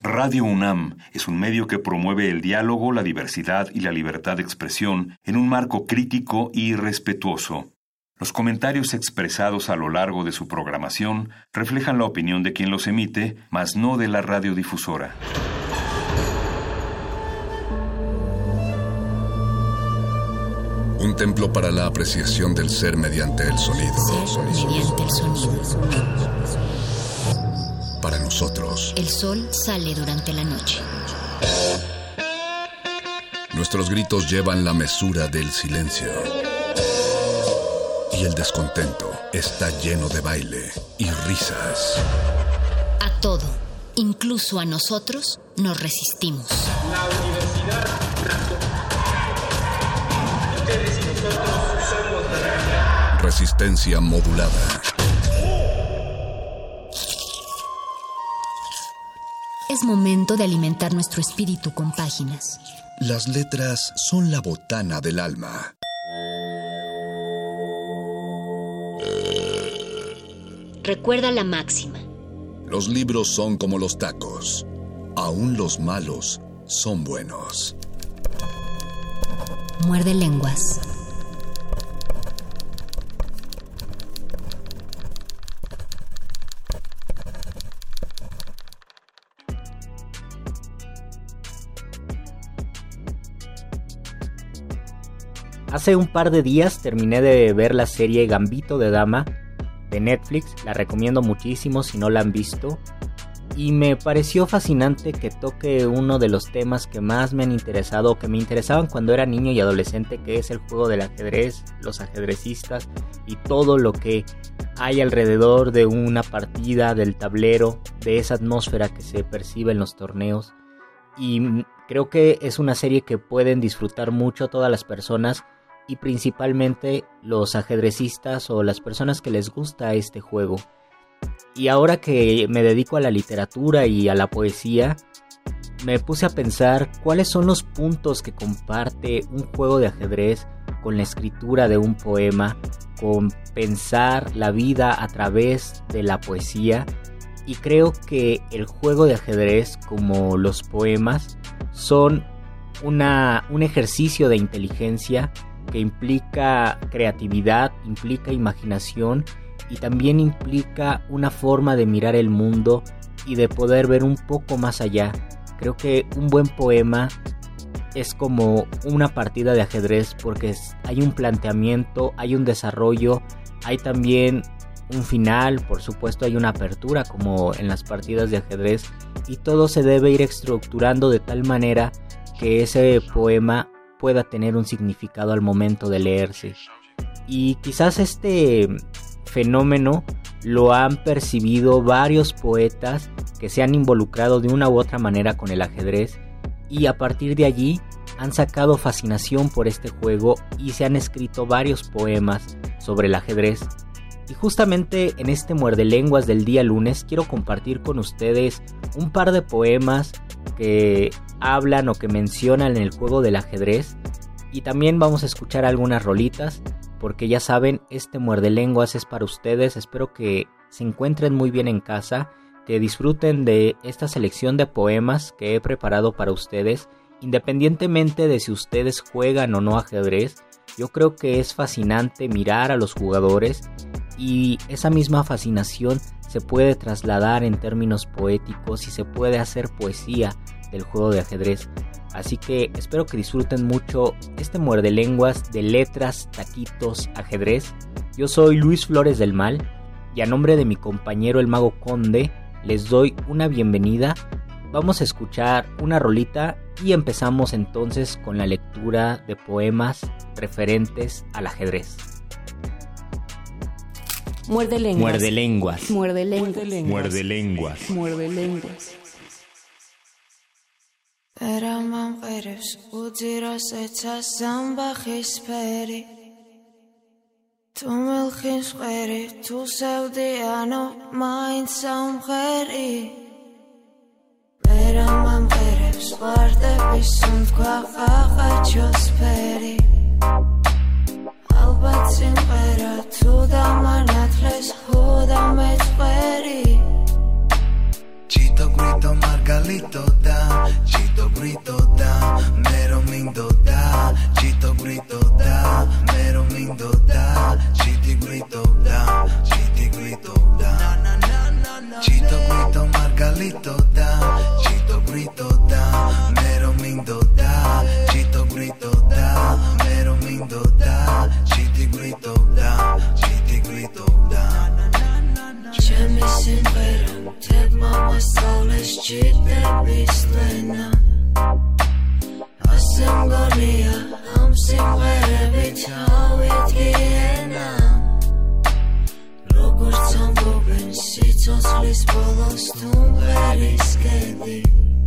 Radio UNAM es un medio que promueve el diálogo, la diversidad y la libertad de expresión en un marco crítico y respetuoso. Los comentarios expresados a lo largo de su programación reflejan la opinión de quien los emite, mas no de la radiodifusora. Un templo para la apreciación del ser mediante el sonido. Mediante el sonido. Para nosotros, el sol sale durante la noche. Nuestros gritos llevan la mesura del silencio. Y el descontento está lleno de baile y risas. A todo, incluso a nosotros, nos resistimos. La universidad. Ustedes y nosotros somos de la... Resistencia modulada. Es momento de alimentar nuestro espíritu con páginas. Las letras son la botana del alma. Recuerda la máxima. Los libros son como los tacos. Aún los malos son buenos. Muerde lenguas. Hace un par de días terminé de ver la serie Gambito de Dama de Netflix, la recomiendo muchísimo si no la han visto, y me pareció fascinante que toque uno de los temas que más me han interesado, que me interesaban cuando era niño y adolescente, que es el juego del ajedrez, los ajedrecistas y todo lo que hay alrededor de una partida, del tablero, de esa atmósfera que se percibe en los torneos. Y creo que es una serie que pueden disfrutar mucho todas las personas, y principalmente los ajedrecistas o las personas que les gusta este juego. Y ahora que me dedico a la literatura y a la poesía, me puse a pensar cuáles son los puntos que comparte un juego de ajedrez con la escritura de un poema, con pensar la vida a través de la poesía. Y creo que el juego de ajedrez, como los poemas, son un ejercicio de inteligencia que implica creatividad, implica imaginación y también implica una forma de mirar el mundo y de poder ver un poco más allá. Creo que un buen poema es como una partida de ajedrez porque hay un planteamiento, hay un desarrollo, hay también un final, por supuesto hay una apertura como en las partidas de ajedrez, y todo se debe ir estructurando de tal manera que ese poema pueda tener un significado al momento de leerse. Y quizás este fenómeno lo han percibido varios poetas que se han involucrado de una u otra manera con el ajedrez, y a partir de allí han sacado fascinación por este juego y se han escrito varios poemas sobre el ajedrez. Y justamente en este Muerde Lenguas del día lunes quiero compartir con ustedes un par de poemas que hablan o que mencionan el juego del ajedrez, y también vamos a escuchar algunas rolitas porque ya saben, este Muerde Lenguas es para ustedes. Espero que se encuentren muy bien en casa, que disfruten de esta selección de poemas que he preparado para ustedes, independientemente de si ustedes juegan o no ajedrez. Yo creo que es fascinante mirar a los jugadores, y esa misma fascinación se puede trasladar en términos poéticos y se puede hacer poesía del juego de ajedrez. Así que espero que disfruten mucho este Muerde Lenguas de letras, taquitos, ajedrez. Yo soy Luis Flores del Mal, y a nombre de mi compañero el Mago Conde les doy una bienvenida. Vamos a escuchar una rolita y empezamos entonces con la lectura de poemas referentes al ajedrez. Muerde lenguas. Muerde lenguas. Muerde lenguas. Muerde lenguas. Muerde lenguas. Eraman ღერებს უძირას ეცას ზამბახის ფერი თუ მელხის ყვერი თუ სევდიანო მაინც სამღერი Eraman ღერებს ვარდების სუნთქვა ყაყაჩოს ფერი ალბათ სიმღერა თუ დამანათლეს ჰო და მეწყერი Chito grito margale margalito da, chito grito da, mero mindo da, chito grito da, mero mindo da, chiti grito da, chiti grito da, chito grito margalito da, chito grito da, mero mindo da, chito grito da, mero mindo da, chiti grito da, chiti grito da. Ჩემი სიმღერა თებმა მასწავლეს ჭიდების ლენა ასე მგონია ამ სიმღერებით ავიდგიენა როგორც ამბობენ სიცოცხლის ბოლოს თუ მღერის კედი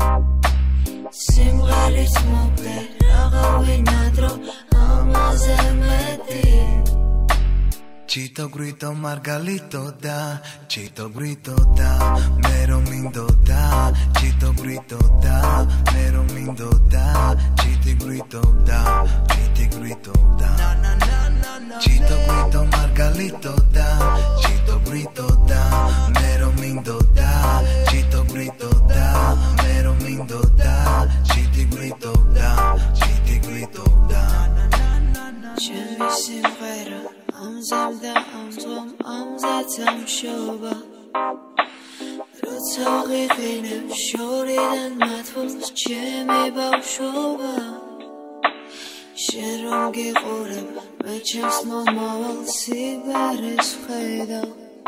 სიმღერით მოკლე რაღა ვინადრო ამაზე მეტი Chito grito margalito da, chito grito da, mero mindo da, chito grito da, mero mindo da, chiti grito da, chiti grito da. Chito grito margalito da, chito grito da, mero mindo da, chito grito da, mero mindo da, chiti grito da, chiti grito da. ჩემი სიმღერა ამზემ და ამძღვამ ამზეც ამშობა როცა ვიღინებ შორიდან მათვალს ჩემი ბავშვობა შენ რომ გიყურებ მე ჩემს მომავალ სიბერეს ვხედავ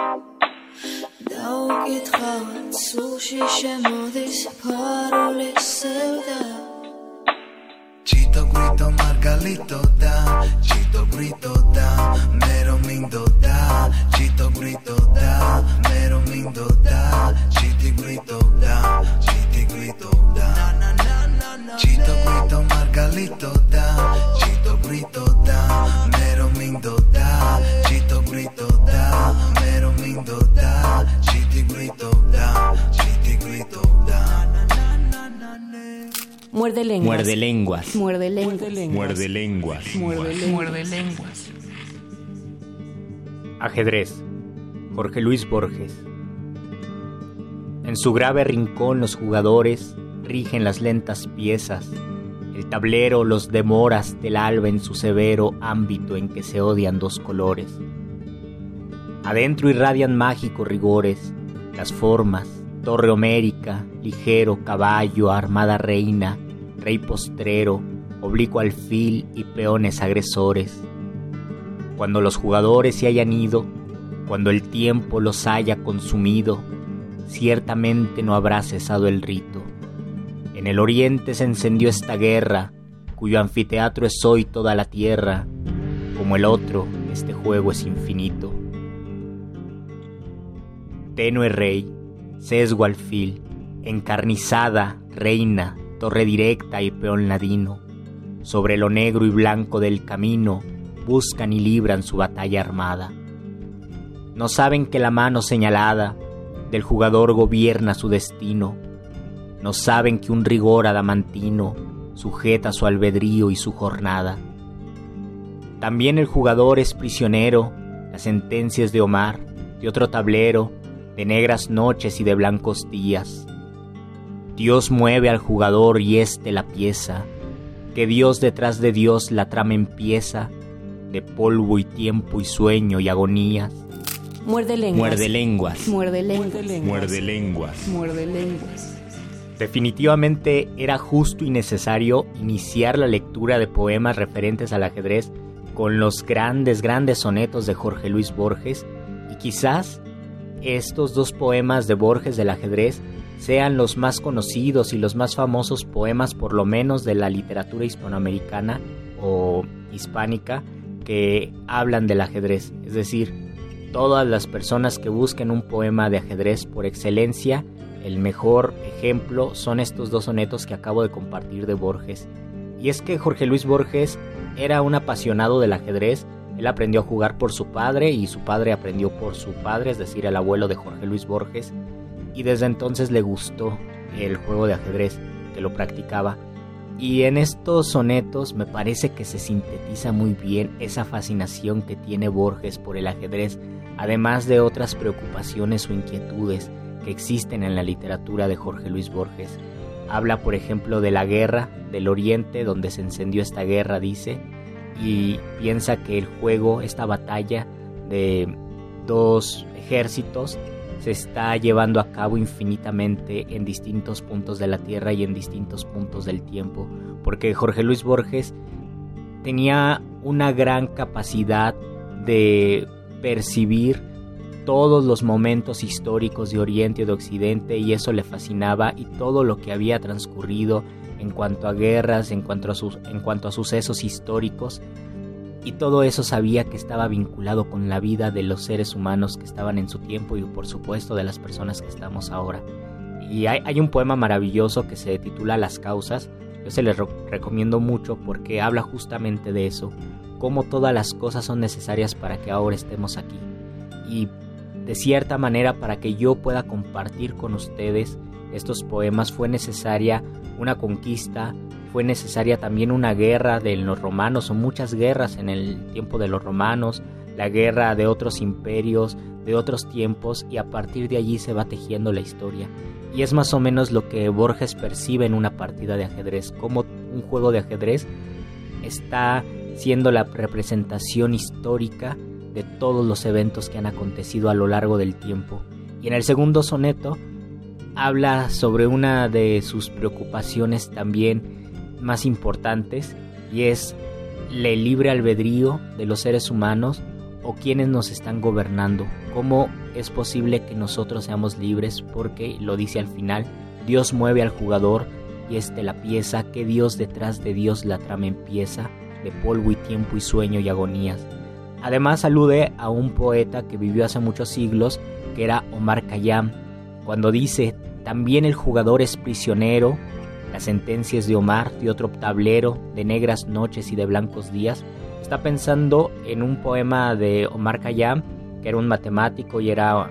დაუკითხავად სულში შემოდის ფარულის სევდა Chito grito margalito da, chito grito da, mero mindo da, chito grito da, mero mindo da, chiti grito da, chiti grito da. Chito grito margalito da, chito grito da, mero mindo da, chito grito da, mero mindo da, chiti grito da, chiti grito da. Muerde lenguas. Muerde lenguas. Muerde lenguas. Muerde lenguas. Muerde lenguas. Ajedrez. Jorge Luis Borges. En su grave rincón los jugadores rigen las lentas piezas. El tablero los demoras del alba en su severo ámbito en que se odian dos colores. Adentro irradian mágicos rigores las formas. Torre homérica, ligero, caballo, armada reina, rey postrero, oblicuo alfil y peones agresores. Cuando los jugadores se hayan ido, cuando el tiempo los haya consumido, ciertamente no habrá cesado el rito. En el oriente se encendió esta guerra, cuyo anfiteatro es hoy toda la tierra. Como el otro, este juego es infinito. Tenue rey, sesgo alfil, encarnizada, reina, torre directa y peón ladino, sobre lo negro y blanco del camino, buscan y libran su batalla armada. No saben que la mano señalada del jugador gobierna su destino, no saben que un rigor adamantino sujeta su albedrío y su jornada. También el jugador es prisionero, las sentencias de Omar, de otro tablero, de negras noches y de blancos días. Dios mueve al jugador y éste la pieza, que Dios detrás de Dios la trama empieza, de polvo y tiempo y sueño y agonías. Muerde lenguas. Muerde lenguas. Muerde lenguas. Muerde lenguas. Muerde lenguas. Definitivamente era justo y necesario iniciar la lectura de poemas referentes al ajedrez con los grandes sonetos de Jorge Luis Borges, y quizás estos dos poemas de Borges del ajedrez sean los más conocidos y los más famosos poemas, por lo menos de la literatura hispanoamericana o hispánica, que hablan del ajedrez. Es decir, todas las personas que busquen un poema de ajedrez por excelencia, el mejor ejemplo son estos dos sonetos que acabo de compartir de Borges. Y es que Jorge Luis Borges era un apasionado del ajedrez. Él aprendió a jugar por su padre y su padre aprendió por su padre, es decir, el abuelo de Jorge Luis Borges, y desde entonces le gustó el juego de ajedrez, que lo practicaba. Y en estos sonetos me parece que se sintetiza muy bien esa fascinación que tiene Borges por el ajedrez, además de otras preocupaciones o inquietudes que existen en la literatura de Jorge Luis Borges. habla por ejemplo de la guerra del Oriente, donde se encendió esta guerra, dice, y piensa que el juego, esta batalla de dos ejércitos, se está llevando a cabo infinitamente en distintos puntos de la Tierra y en distintos puntos del tiempo, porque Jorge Luis Borges tenía una gran capacidad de percibir todos los momentos históricos de Oriente y de Occidente, y eso le fascinaba, y todo lo que había transcurrido en cuanto a guerras, en cuanto a sucesos históricos, y todo eso sabía que estaba vinculado con la vida de los seres humanos que estaban en su tiempo y por supuesto de las personas que estamos ahora. Y hay un poema maravilloso que se titula Las causas. Yo se les recomiendo mucho porque habla justamente de eso, cómo todas las cosas son necesarias para que ahora estemos aquí. Y de cierta manera, para que yo pueda compartir con ustedes estos poemas, fue necesaria una conquista, fue necesaria también una guerra de los romanos, o muchas guerras en el tiempo de los romanos, la guerra de otros imperios, de otros tiempos, y a partir de allí se va tejiendo la historia. Y es más o menos lo que Borges percibe en una partida de ajedrez, como un juego de ajedrez está siendo la representación histórica de todos los eventos que han acontecido a lo largo del tiempo. Y en el segundo soneto habla sobre una de sus preocupaciones también más importantes, y es el libre albedrío de los seres humanos, o quienes nos están gobernando. ¿Cómo es posible que nosotros seamos libres? Porque lo dice al final: Dios mueve al jugador y la pieza, que Dios detrás de Dios la trama empieza, de polvo y tiempo y sueño y agonías. Además alude a un poeta que vivió hace muchos siglos, que era Omar Khayyam, cuando dice: también el jugador es prisionero, la sentencia es de Omar, de otro tablero, de negras noches y de blancos días. Está pensando en un poema de Omar Khayyam, que era un matemático y era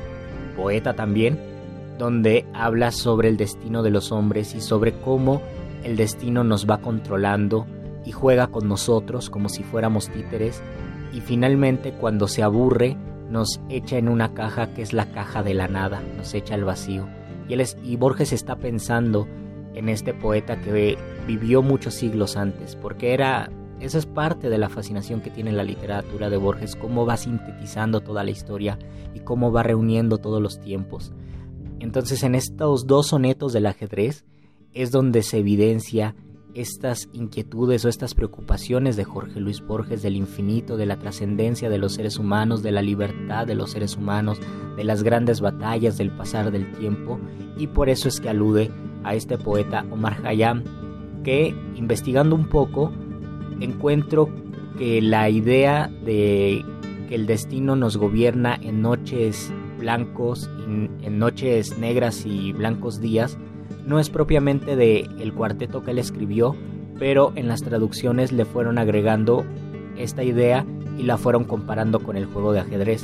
poeta también, donde habla sobre el destino de los hombres y sobre cómo el destino nos va controlando y juega con nosotros como si fuéramos títeres, y finalmente cuando se nos echa en una caja que es la caja de la nada, nos echa al vacío. Y Borges está pensando en este poeta que vivió muchos siglos antes, porque esa es parte de la fascinación que tiene la literatura de Borges, cómo va sintetizando toda la historia y cómo va reuniendo todos los tiempos. Entonces, en estos dos sonetos del ajedrez es donde se evidencia estas inquietudes o estas preocupaciones de Jorge Luis Borges, del infinito, de la trascendencia de los seres humanos, de la libertad de los seres humanos, de las grandes batallas, del pasar del tiempo, y por eso es que alude a este poeta Omar Khayyam, que investigando un poco encuentro que la idea de que el destino nos gobierna en noches blancos, en noches negras y blancos días, no es propiamente del cuarteto que él escribió, pero en las traducciones le fueron agregando esta idea y la fueron comparando con el juego de ajedrez.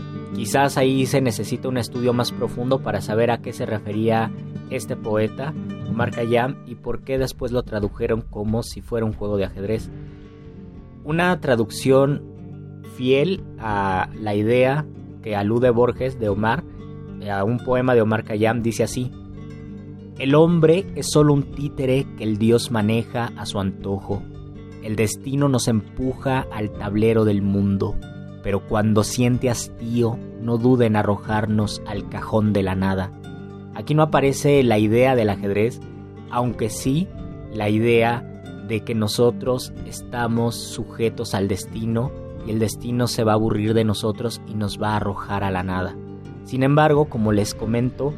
Quizás ahí se necesita un estudio más profundo para saber a qué se refería este poeta, Omar Khayyam, y por qué después lo tradujeron como si fuera un juego de ajedrez. Una traducción fiel a la idea que alude Borges de Omar, a un poema de Omar Khayyam, dice así: el hombre es solo un títere que el Dios maneja a su antojo. El destino nos empuja al tablero del mundo, pero cuando siente hastío, no dude en arrojarnos al cajón de la nada. Aquí no aparece la idea del ajedrez, aunque sí la idea de que nosotros estamos sujetos al destino y el destino se va a aburrir de nosotros y nos va a arrojar a la nada. Sin embargo, como les comento,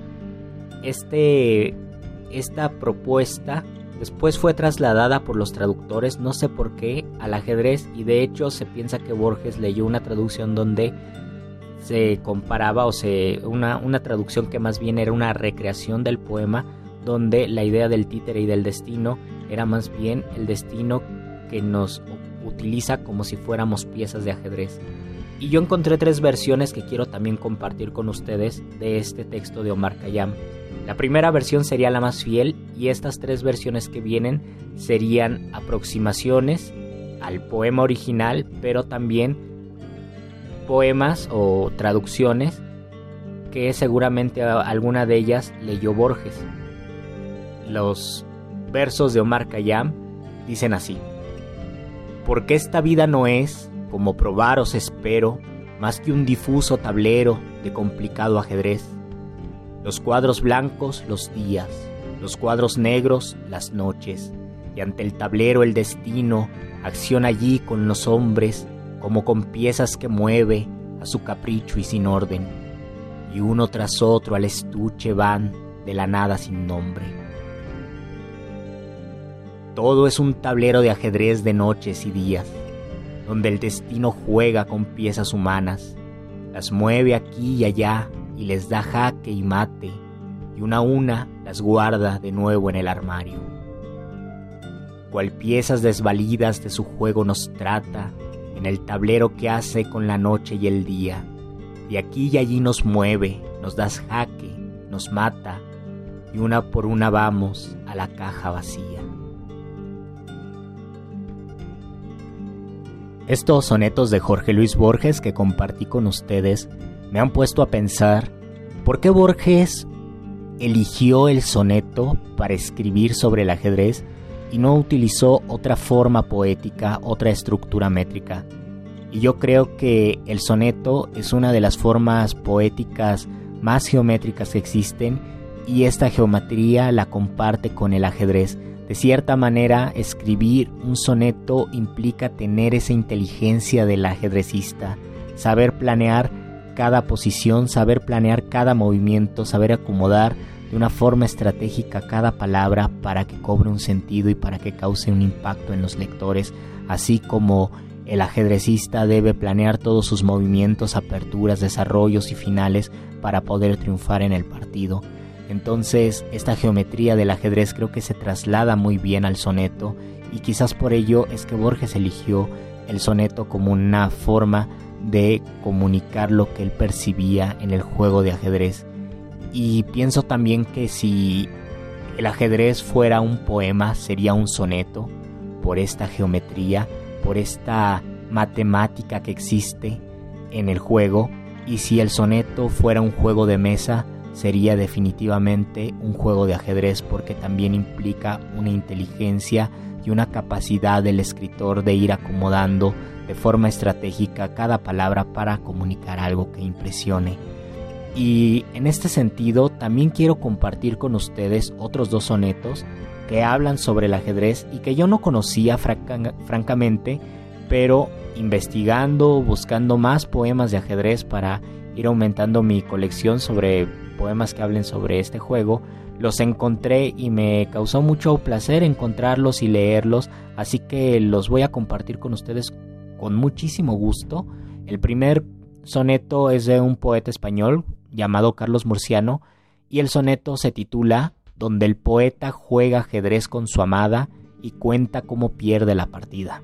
esta propuesta después fue trasladada por los traductores, no sé por qué, al ajedrez, y de hecho se piensa que Borges leyó una traducción donde se comparaba, una traducción que más bien era una recreación del poema, donde la idea del títere y del destino era más bien el destino que nos utiliza como si fuéramos piezas de ajedrez. Y yo encontré 3 versiones que quiero también compartir con ustedes de este texto de Omar Khayyam. La primera versión sería la más fiel, y estas 3 versiones que vienen serían aproximaciones al poema original, pero también poemas o traducciones que seguramente alguna de ellas leyó Borges. Los versos de Omar Khayyam dicen así: porque esta vida no es, como probaros espero, más que un difuso tablero de complicado ajedrez. Los cuadros blancos, los días, los cuadros negros, las noches, y ante el tablero el destino acciona allí con los hombres como con piezas que mueve a su capricho y sin orden, y uno tras otro al estuche van de la nada sin nombre. Todo es un tablero de ajedrez de noches y días, donde el destino juega con piezas humanas, las mueve aquí y allá y les da jaque y mate, y una a una las guarda de nuevo en el armario. Cual piezas desvalidas de su juego nos trata en el tablero que hace con la noche y el día, y aquí y allí nos mueve, nos da jaque, nos mata, y una por una vamos a la caja vacía. Estos sonetos de Jorge Luis Borges que compartí con ustedes me han puesto a pensar por qué Borges eligió el soneto para escribir sobre el ajedrez y no utilizó otra forma poética, otra estructura métrica. Y yo creo que el soneto es una de las formas poéticas más geométricas que existen, y esta geometría la comparte con el ajedrez. De cierta manera, escribir un soneto implica tener esa inteligencia del ajedrecista, saber planear cada posición, saber planear cada movimiento, saber acomodar de una forma estratégica cada palabra para que cobre un sentido y para que cause un impacto en los lectores, así como el ajedrecista debe planear todos sus movimientos, aperturas, desarrollos y finales para poder triunfar en el partido. Entonces, esta geometría del ajedrez creo que se traslada muy bien al soneto, y quizás por ello es que Borges eligió el soneto como una forma de comunicar lo que él percibía en el juego de ajedrez. Y pienso también que si el ajedrez fuera un poema, sería un soneto, por esta geometría, por esta matemática que existe en el juego, y si el soneto fuera un juego de mesa, sería definitivamente un juego de ajedrez, porque también implica una inteligencia y una capacidad del escritor de ir acomodando de forma estratégica cada palabra para comunicar algo que impresione. Y en este sentido también quiero compartir con ustedes otros dos sonetos que hablan sobre el ajedrez y que yo no conocía francamente, pero investigando, buscando más poemas de ajedrez para ir aumentando mi colección sobre poemas que hablen sobre este juego, los encontré y me causó mucho placer encontrarlos y leerlos, así que los voy a compartir con ustedes con muchísimo gusto. El primer soneto es de un poeta español llamado Carlos Murciano, y el soneto se titula Donde el poeta juega ajedrez con su amada y cuenta cómo pierde la partida.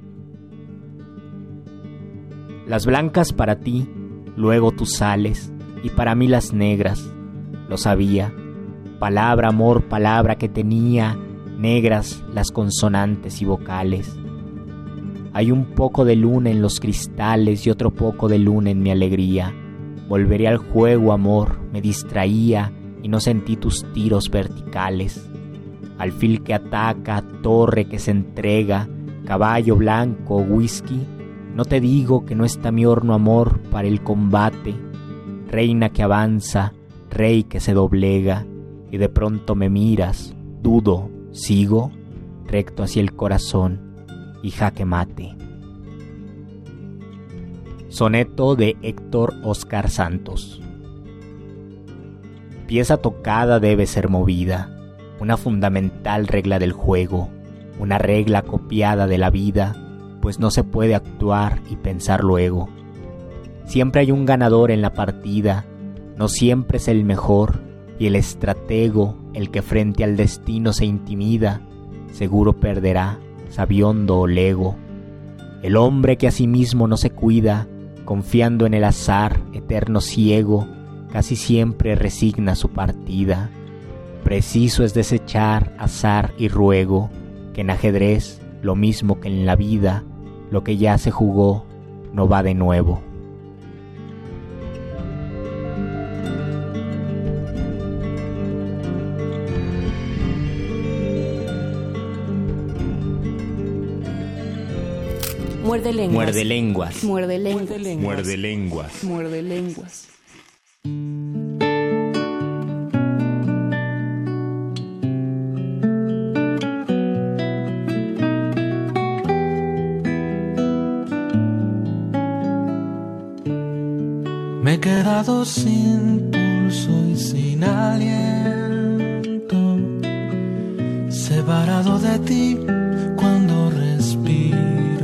Las blancas para ti, luego tú sales, y para mí las negras, lo sabía, palabra, amor, palabra que tenía, negras las consonantes y vocales. Hay un poco de luna en los cristales y otro poco de luna en mi alegría. Volveré al juego, amor, me distraía y no sentí tus tiros verticales. Alfil que ataca, torre que se entrega, caballo blanco, whisky, no te digo que no está mi horno, amor, para el combate. Reina que avanza, rey que se doblega, y de pronto me miras, dudo, sigo, recto hacia el corazón, y jaque mate. Soneto de Héctor Oscar Santos. Pieza tocada debe ser movida, una fundamental regla del juego, una regla copiada de la vida, pues no se puede actuar y pensar luego. Siempre hay un ganador en la partida, no siempre es el mejor, y el estratego, el que frente al destino se intimida, seguro perderá, sabiondo o lego. El hombre que a sí mismo no se cuida, confiando en el azar, eterno ciego, casi siempre resigna su partida. Preciso es desechar azar y ruego, que en ajedrez, lo mismo que en la vida, lo que ya se jugó no va de nuevo. Muerde lenguas. Muerde lenguas. Muerde lenguas. Muerde lenguas. Muerde lenguas. Me he quedado sin pulso y sin aliento, separado de ti cuando respiro.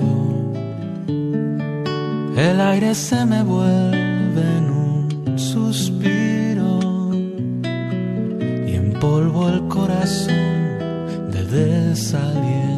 El aire se me vuelve en un suspiro y empolvo el corazón de desaliento.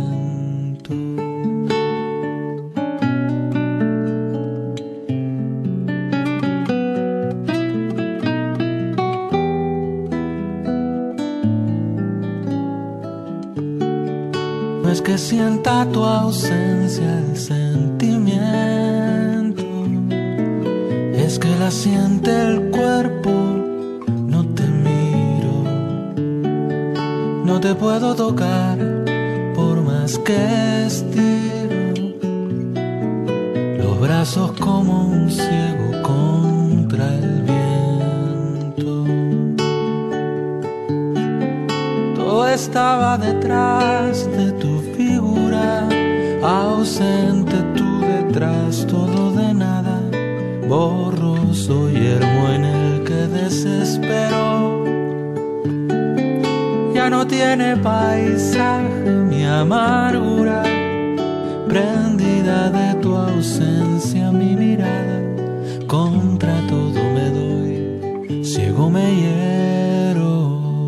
No es que sienta tu ausencia el sentimiento, es que la siente el cuerpo, no te miro, no te puedo tocar por más que estiro los brazos como un ciego contra el viento. Todo estaba detrás de tu figura, ausente tú detrás, todo de nada, borroso yermo en el que desespero. Ya no tiene paisaje mi amargura, prendida de tu ausencia mi mirada, contra todo me doy, ciego me hiero.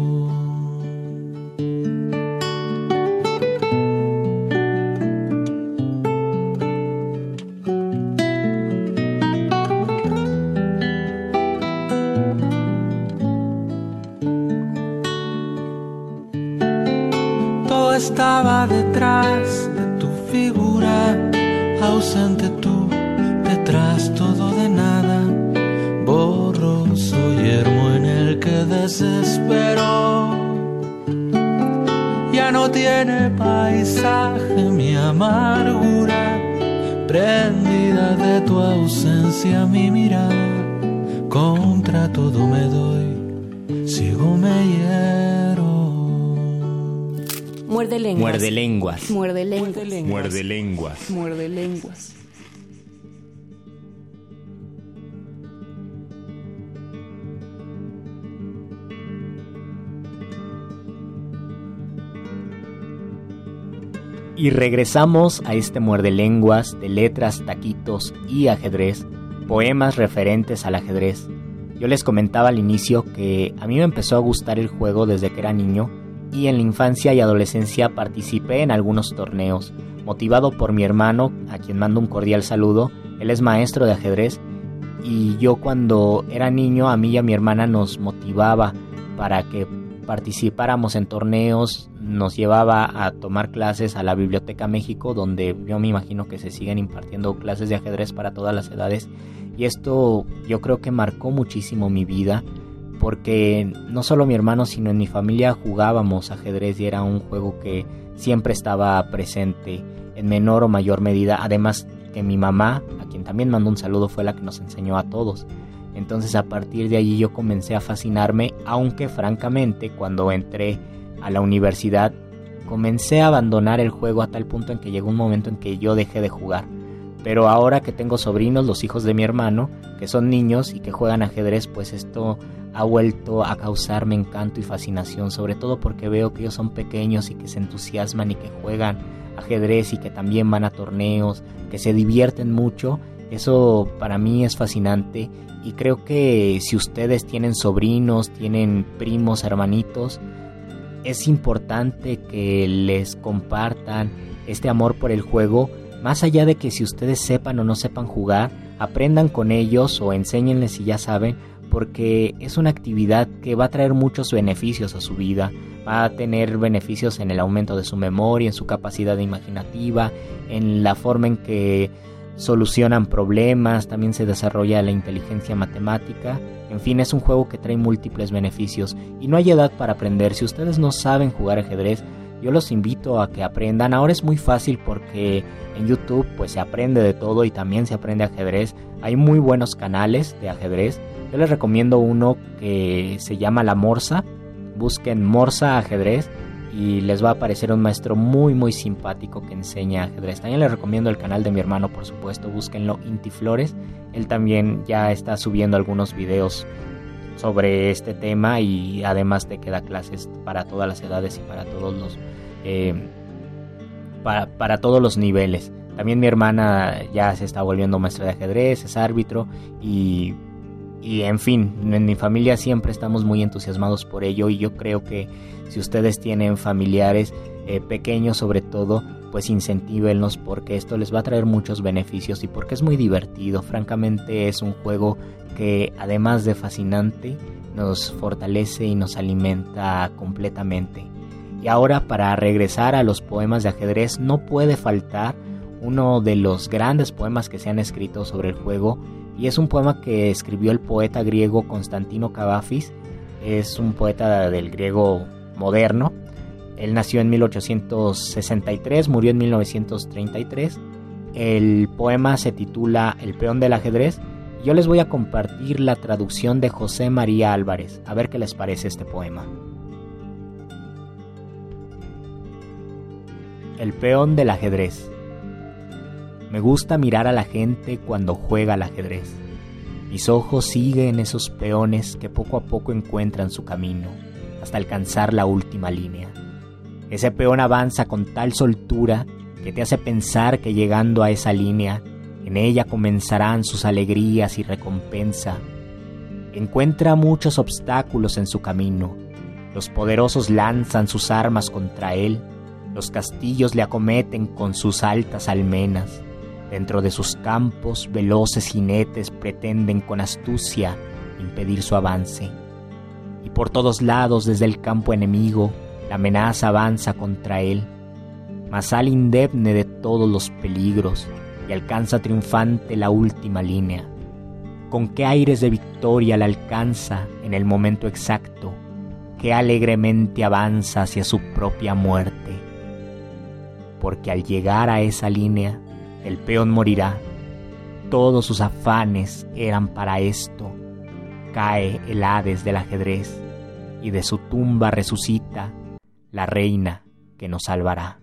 Estaba detrás de tu figura, ausente tú detrás, todo de nada, borroso yermo en el que desespero. Ya no tiene paisaje mi amargura, prendida de tu ausencia mi mirada, contra todo me doy, ciego me hiero. Muerde lenguas. Muerde lenguas. Muerde lenguas. Muerde lenguas. Muerde lenguas. Y regresamos a este muerde lenguas de letras, taquitos y ajedrez, poemas referentes al ajedrez. Yo les comentaba al inicio que a mí me empezó a gustar el juego desde que era niño, y en la infancia y adolescencia participé en algunos torneos, motivado por mi hermano, a quien mando un cordial saludo. Él es maestro de ajedrez, y yo cuando era niño, a mí y a mi hermana nos motivaba para que participáramos en torneos, nos llevaba a tomar clases a la Biblioteca México, donde yo me imagino que se siguen impartiendo clases de ajedrez para todas las edades, y esto yo creo que marcó muchísimo mi vida, porque no solo mi hermano sino en mi familia jugábamos ajedrez y era un juego que siempre estaba presente en menor o mayor medida, además que mi mamá, a quien también mando un saludo, fue la que nos enseñó a todos. Entonces a partir de allí yo comencé a fascinarme, aunque francamente cuando entré a la universidad comencé a abandonar el juego a tal punto en que llegó un momento en que yo dejé de jugar. Pero ahora que tengo sobrinos, los hijos de mi hermano, que son niños y que juegan ajedrez, pues esto ha vuelto a causarme encanto y fascinación, sobre todo porque veo que ellos son pequeños y que se entusiasman y que juegan ajedrez y que también van a torneos, que se divierten mucho. Eso para mí es fascinante, y creo que si ustedes tienen sobrinos, tienen primos, hermanitos, es importante que les compartan este amor por el juego, más allá de que si ustedes sepan o no sepan jugar, aprendan con ellos o enséñenles si ya saben, porque es una actividad que va a traer muchos beneficios a su vida. Va a tener beneficios en el aumento de su memoria, en su capacidad imaginativa, en la forma en que solucionan problemas, también se desarrolla la inteligencia matemática. En fin, es un juego que trae múltiples beneficios y no hay edad para aprender. Si ustedes no saben jugar ajedrez, yo los invito a que aprendan. Ahora es muy fácil porque en YouTube pues se aprende de todo y también se aprende ajedrez. Hay muy buenos canales de ajedrez. Yo les recomiendo uno que se llama La Morsa. Busquen Morsa Ajedrez y les va a aparecer un maestro muy muy simpático que enseña ajedrez. También les recomiendo el canal de mi hermano, por supuesto, búsquenlo, Inti Flores. Él también ya está subiendo algunos videos sobre este tema y además te queda clases para todas las edades y para todos los niveles. También mi hermana ya se está volviendo maestra de ajedrez, es árbitro y en fin, en mi familia siempre estamos muy entusiasmados por ello y yo creo que si ustedes tienen familiares pequeños sobre todo, pues incentívenlos porque esto les va a traer muchos beneficios y porque es muy divertido. Francamente es un juego que además de fascinante nos fortalece y nos alimenta completamente. Y ahora, para regresar a los poemas de ajedrez, no puede faltar uno de los grandes poemas que se han escrito sobre el juego, y es un poema que escribió el poeta griego Constantino Cavafis. Es un poeta del griego moderno. Él nació en 1863, murió en 1933. El poema se titula El peón del ajedrez. Yo les voy a compartir la traducción de José María Álvarez, a ver qué les parece este poema. El peón del ajedrez. Me gusta mirar a la gente cuando juega al ajedrez. Mis ojos siguen esos peones que poco a poco encuentran su camino, hasta alcanzar la última línea. Ese peón avanza con tal soltura que te hace pensar que llegando a esa línea, en ella comenzarán sus alegrías y recompensa. Encuentra muchos obstáculos en su camino. Los poderosos lanzan sus armas contra él. Los castillos le acometen con sus altas almenas. Dentro de sus campos, veloces jinetes pretenden con astucia impedir su avance. Y por todos lados, desde el campo enemigo, la amenaza avanza contra él. Mas sale indemne de todos los peligros y alcanza triunfante la última línea. Con qué aires de victoria la alcanza en el momento exacto, qué alegremente avanza hacia su propia muerte. Porque al llegar a esa línea, el peón morirá. Todos sus afanes eran para esto. Cae el Hades del ajedrez y de su tumba resucita la reina que nos salvará.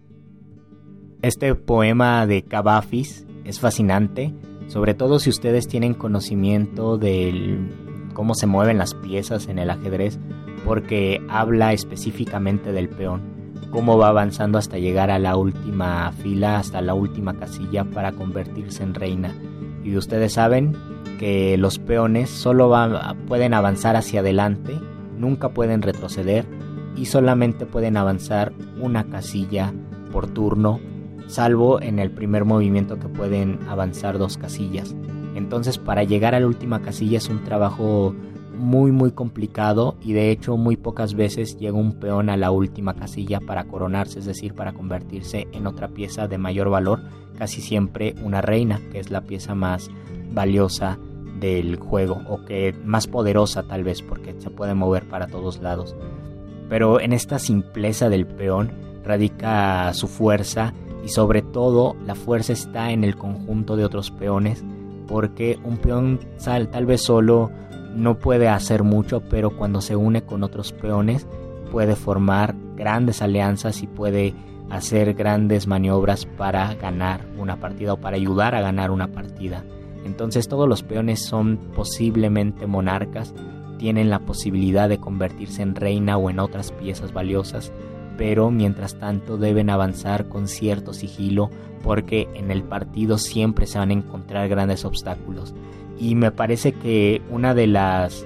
Este poema de Cavafis es fascinante, sobre todo si ustedes tienen conocimiento de cómo se mueven las piezas en el ajedrez, porque habla específicamente del peón. Cómo va avanzando hasta llegar a la última fila, hasta la última casilla para convertirse en reina. Y ustedes saben que los peones solo pueden avanzar hacia adelante, nunca pueden retroceder y solamente pueden avanzar una casilla por turno, salvo en el primer movimiento que pueden avanzar 2 casillas. Entonces, para llegar a la última casilla es un trabajo muy muy complicado y de hecho muy pocas veces llega un peón a la última casilla para coronarse, es decir, para convertirse en otra pieza de mayor valor, casi siempre una reina, que es la pieza más valiosa del juego o que más poderosa tal vez porque se puede mover para todos lados. Pero en esta simpleza del peón radica su fuerza y sobre todo la fuerza está en el conjunto de otros peones, porque un peón tal vez solo no puede hacer mucho, pero cuando se une con otros peones puede formar grandes alianzas y puede hacer grandes maniobras para ganar una partida o para ayudar a ganar una partida. Entonces todos los peones son posiblemente monarcas, tienen la posibilidad de convertirse en reina o en otras piezas valiosas, pero mientras tanto deben avanzar con cierto sigilo porque en el partido siempre se van a encontrar grandes obstáculos. Y me parece que una de las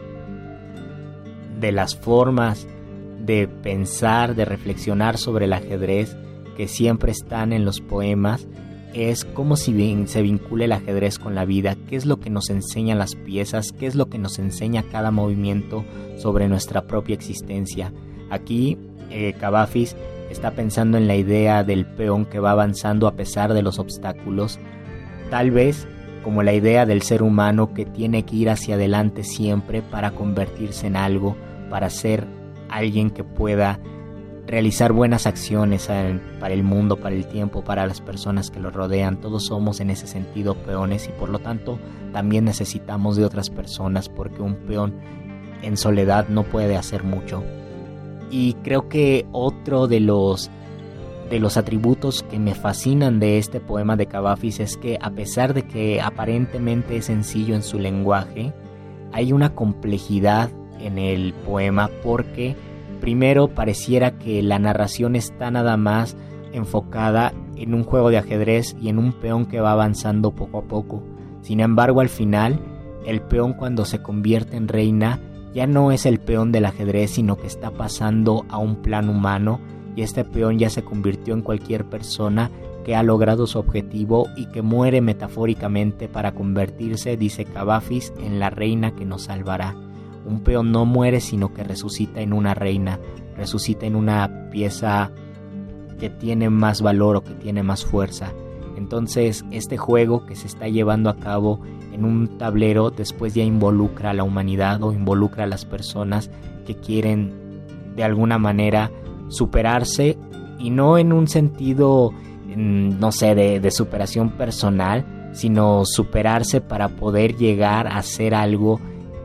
formas de pensar, de reflexionar sobre el ajedrez que siempre están en los poemas es cómo se vincula el ajedrez con la vida, qué es lo que nos enseñan las piezas, qué es lo que nos enseña cada movimiento sobre nuestra propia existencia. Aquí Cavafis está pensando en la idea del peón que va avanzando a pesar de los obstáculos, tal vez como la idea del ser humano que tiene que ir hacia adelante siempre para convertirse en algo, para ser alguien que pueda realizar buenas acciones para el mundo, para el tiempo, para las personas que lo rodean. Todos somos en ese sentido peones y por lo tanto también necesitamos de otras personas, porque un peón en soledad no puede hacer mucho. Y creo que otro de los atributos que me fascinan de este poema de Cavafis es que, a pesar de que aparentemente es sencillo en su lenguaje, hay una complejidad en el poema, porque primero pareciera que la narración está nada más enfocada en un juego de ajedrez y en un peón que va avanzando poco a poco. Sin embargo, al final, el peón, cuando se convierte en reina, ya no es el peón del ajedrez, sino que está pasando a un plano humano, y este peón ya se convirtió en cualquier persona que ha logrado su objetivo y que muere metafóricamente para convertirse, dice Cavafis, en la reina que nos salvará. Un peón no muere, sino que resucita en una reina, resucita en una pieza que tiene más valor o que tiene más fuerza. Entonces, este juego que se está llevando a cabo en un tablero después ya involucra a la humanidad o involucra a las personas que quieren de alguna manera superarse, y no en un sentido, no sé, de superación personal, sino superarse para poder llegar a hacer algo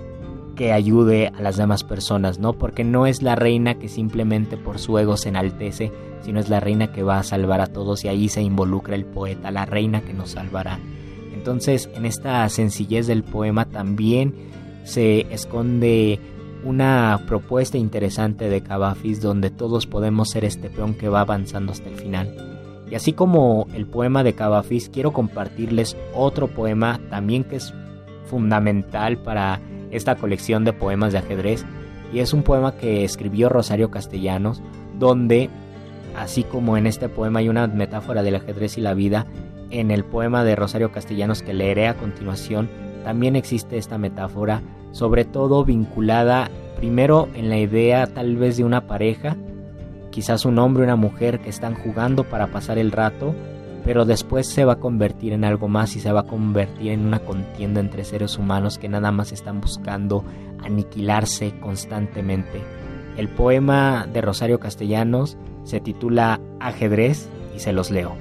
que ayude a las demás personas, ¿no? Porque no es la reina que simplemente por su ego se enaltece, sino es la reina que va a salvar a todos, y ahí se involucra el poeta, la reina que nos salvará. Entonces, en esta sencillez del poema también se esconde una propuesta interesante de Cavafis, donde todos podemos ser este peón que va avanzando hasta el final. Y así como el poema de Cavafis, quiero compartirles otro poema también que es fundamental para esta colección de poemas de ajedrez, y es un poema que escribió Rosario Castellanos, donde, así como en este poema hay una metáfora del ajedrez y la vida, en el poema de Rosario Castellanos que leeré a continuación también existe esta metáfora, sobre todo vinculada primero en la idea tal vez de una pareja, quizás un hombre y una mujer que están jugando para pasar el rato, pero después se va a convertir en algo más y se va a convertir en una contienda entre seres humanos que nada más están buscando aniquilarse constantemente. El poema de Rosario Castellanos se titula Ajedrez y se los leo.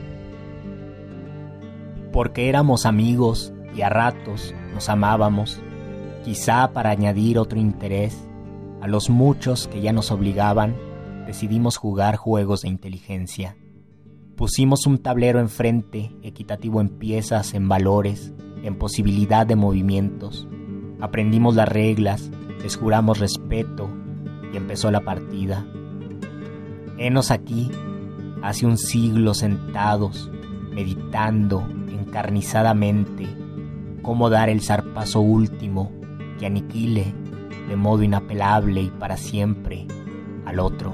Porque éramos amigos y a ratos nos amábamos, quizá para añadir otro interés a los muchos que ya nos obligaban, decidimos jugar juegos de inteligencia. Pusimos un tablero enfrente, equitativo en piezas, en valores, en posibilidad de movimientos. Aprendimos las reglas, les juramos respeto y empezó la partida. Henos aquí, hace un siglo sentados, meditando encarnizadamente cómo dar el zarpazo último que aniquile de modo inapelable y para siempre al otro.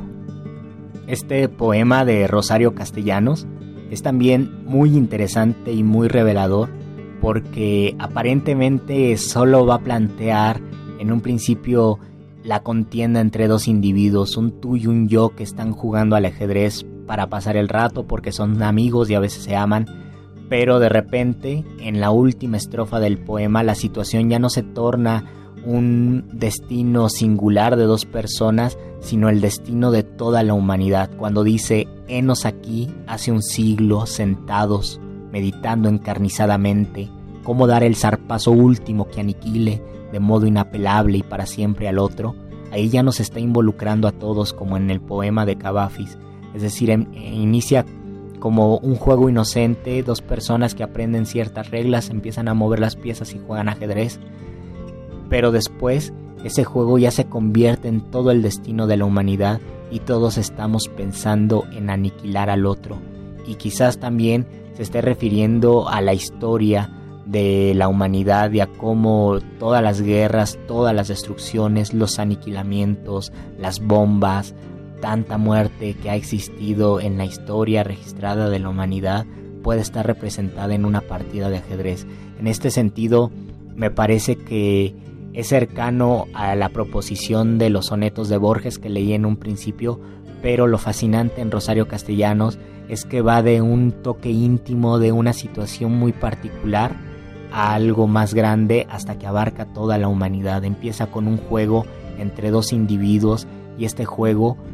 Este poema de Rosario Castellanos es también muy interesante y muy revelador, porque aparentemente solo va a plantear en un principio la contienda entre dos individuos, un tú y un yo que están jugando al ajedrez para pasar el rato porque son amigos y a veces se aman, pero de repente en la última estrofa del poema la situación ya no se torna un destino singular de dos personas, sino el destino de toda la humanidad, cuando dice: henos aquí hace un siglo sentados, meditando encarnizadamente cómo dar el zarpazo último que aniquile de modo inapelable y para siempre al otro. Ahí ya nos está involucrando a todos, como en el poema de Cavafis, es decir, inicia como un juego inocente, dos personas que aprenden ciertas reglas, empiezan a mover las piezas y juegan ajedrez, pero después ese juego ya se convierte en todo el destino de la humanidad y todos estamos pensando en aniquilar al otro, y quizás también se esté refiriendo a la historia de la humanidad y a cómo todas las guerras, todas las destrucciones, los aniquilamientos, las bombas, tanta muerte que ha existido en la historia registrada de la humanidad puede estar representada en una partida de ajedrez. En este sentido, me parece que es cercano a la proposición de los sonetos de Borges que leí en un principio, pero lo fascinante en Rosario Castellanos es que va de un toque íntimo, de una situación muy particular, a algo más grande hasta que abarca toda la humanidad. Empieza con un juego entre dos individuos y este juego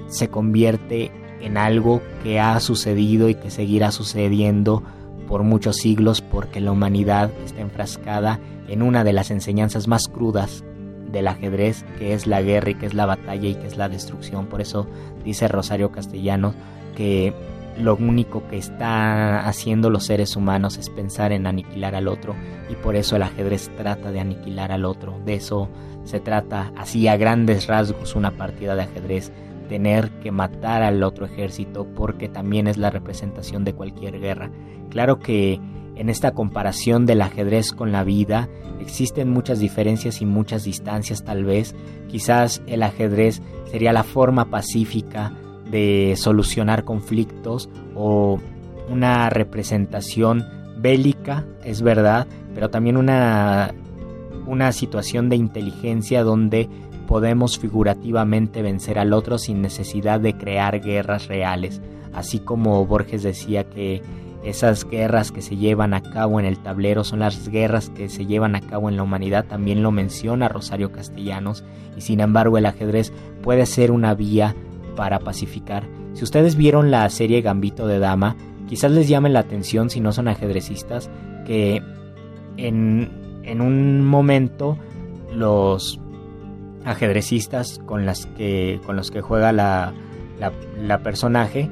se convierte en algo que ha sucedido y que seguirá sucediendo por muchos siglos, porque la humanidad está enfrascada en una de las enseñanzas más crudas del ajedrez, que es la guerra y que es la batalla y que es la destrucción. Por eso dice Rosario Castellanos que lo único que está haciendo los seres humanos es pensar en aniquilar al otro, y por eso el ajedrez trata de aniquilar al otro. De eso se trata, así a grandes rasgos, una partida de ajedrez: tener que matar al otro ejército, porque también es la representación de cualquier guerra. Claro que en esta comparación del ajedrez con la vida existen muchas diferencias y muchas distancias. Tal vez, quizás el ajedrez sería la forma pacífica de solucionar conflictos, o una representación bélica, es verdad, pero también una situación de inteligencia donde podemos figurativamente vencer al otro sin necesidad de crear guerras reales. Así como Borges decía que esas guerras que se llevan a cabo en el tablero son las guerras que se llevan a cabo en la humanidad, también lo menciona Rosario Castellanos, y sin embargo el ajedrez puede ser una vía para pacificar. Si ustedes vieron la serie Gambito de Dama, quizás les llame la atención, si no son ajedrecistas, que en un momento los ajedrecistas con los que juega la personaje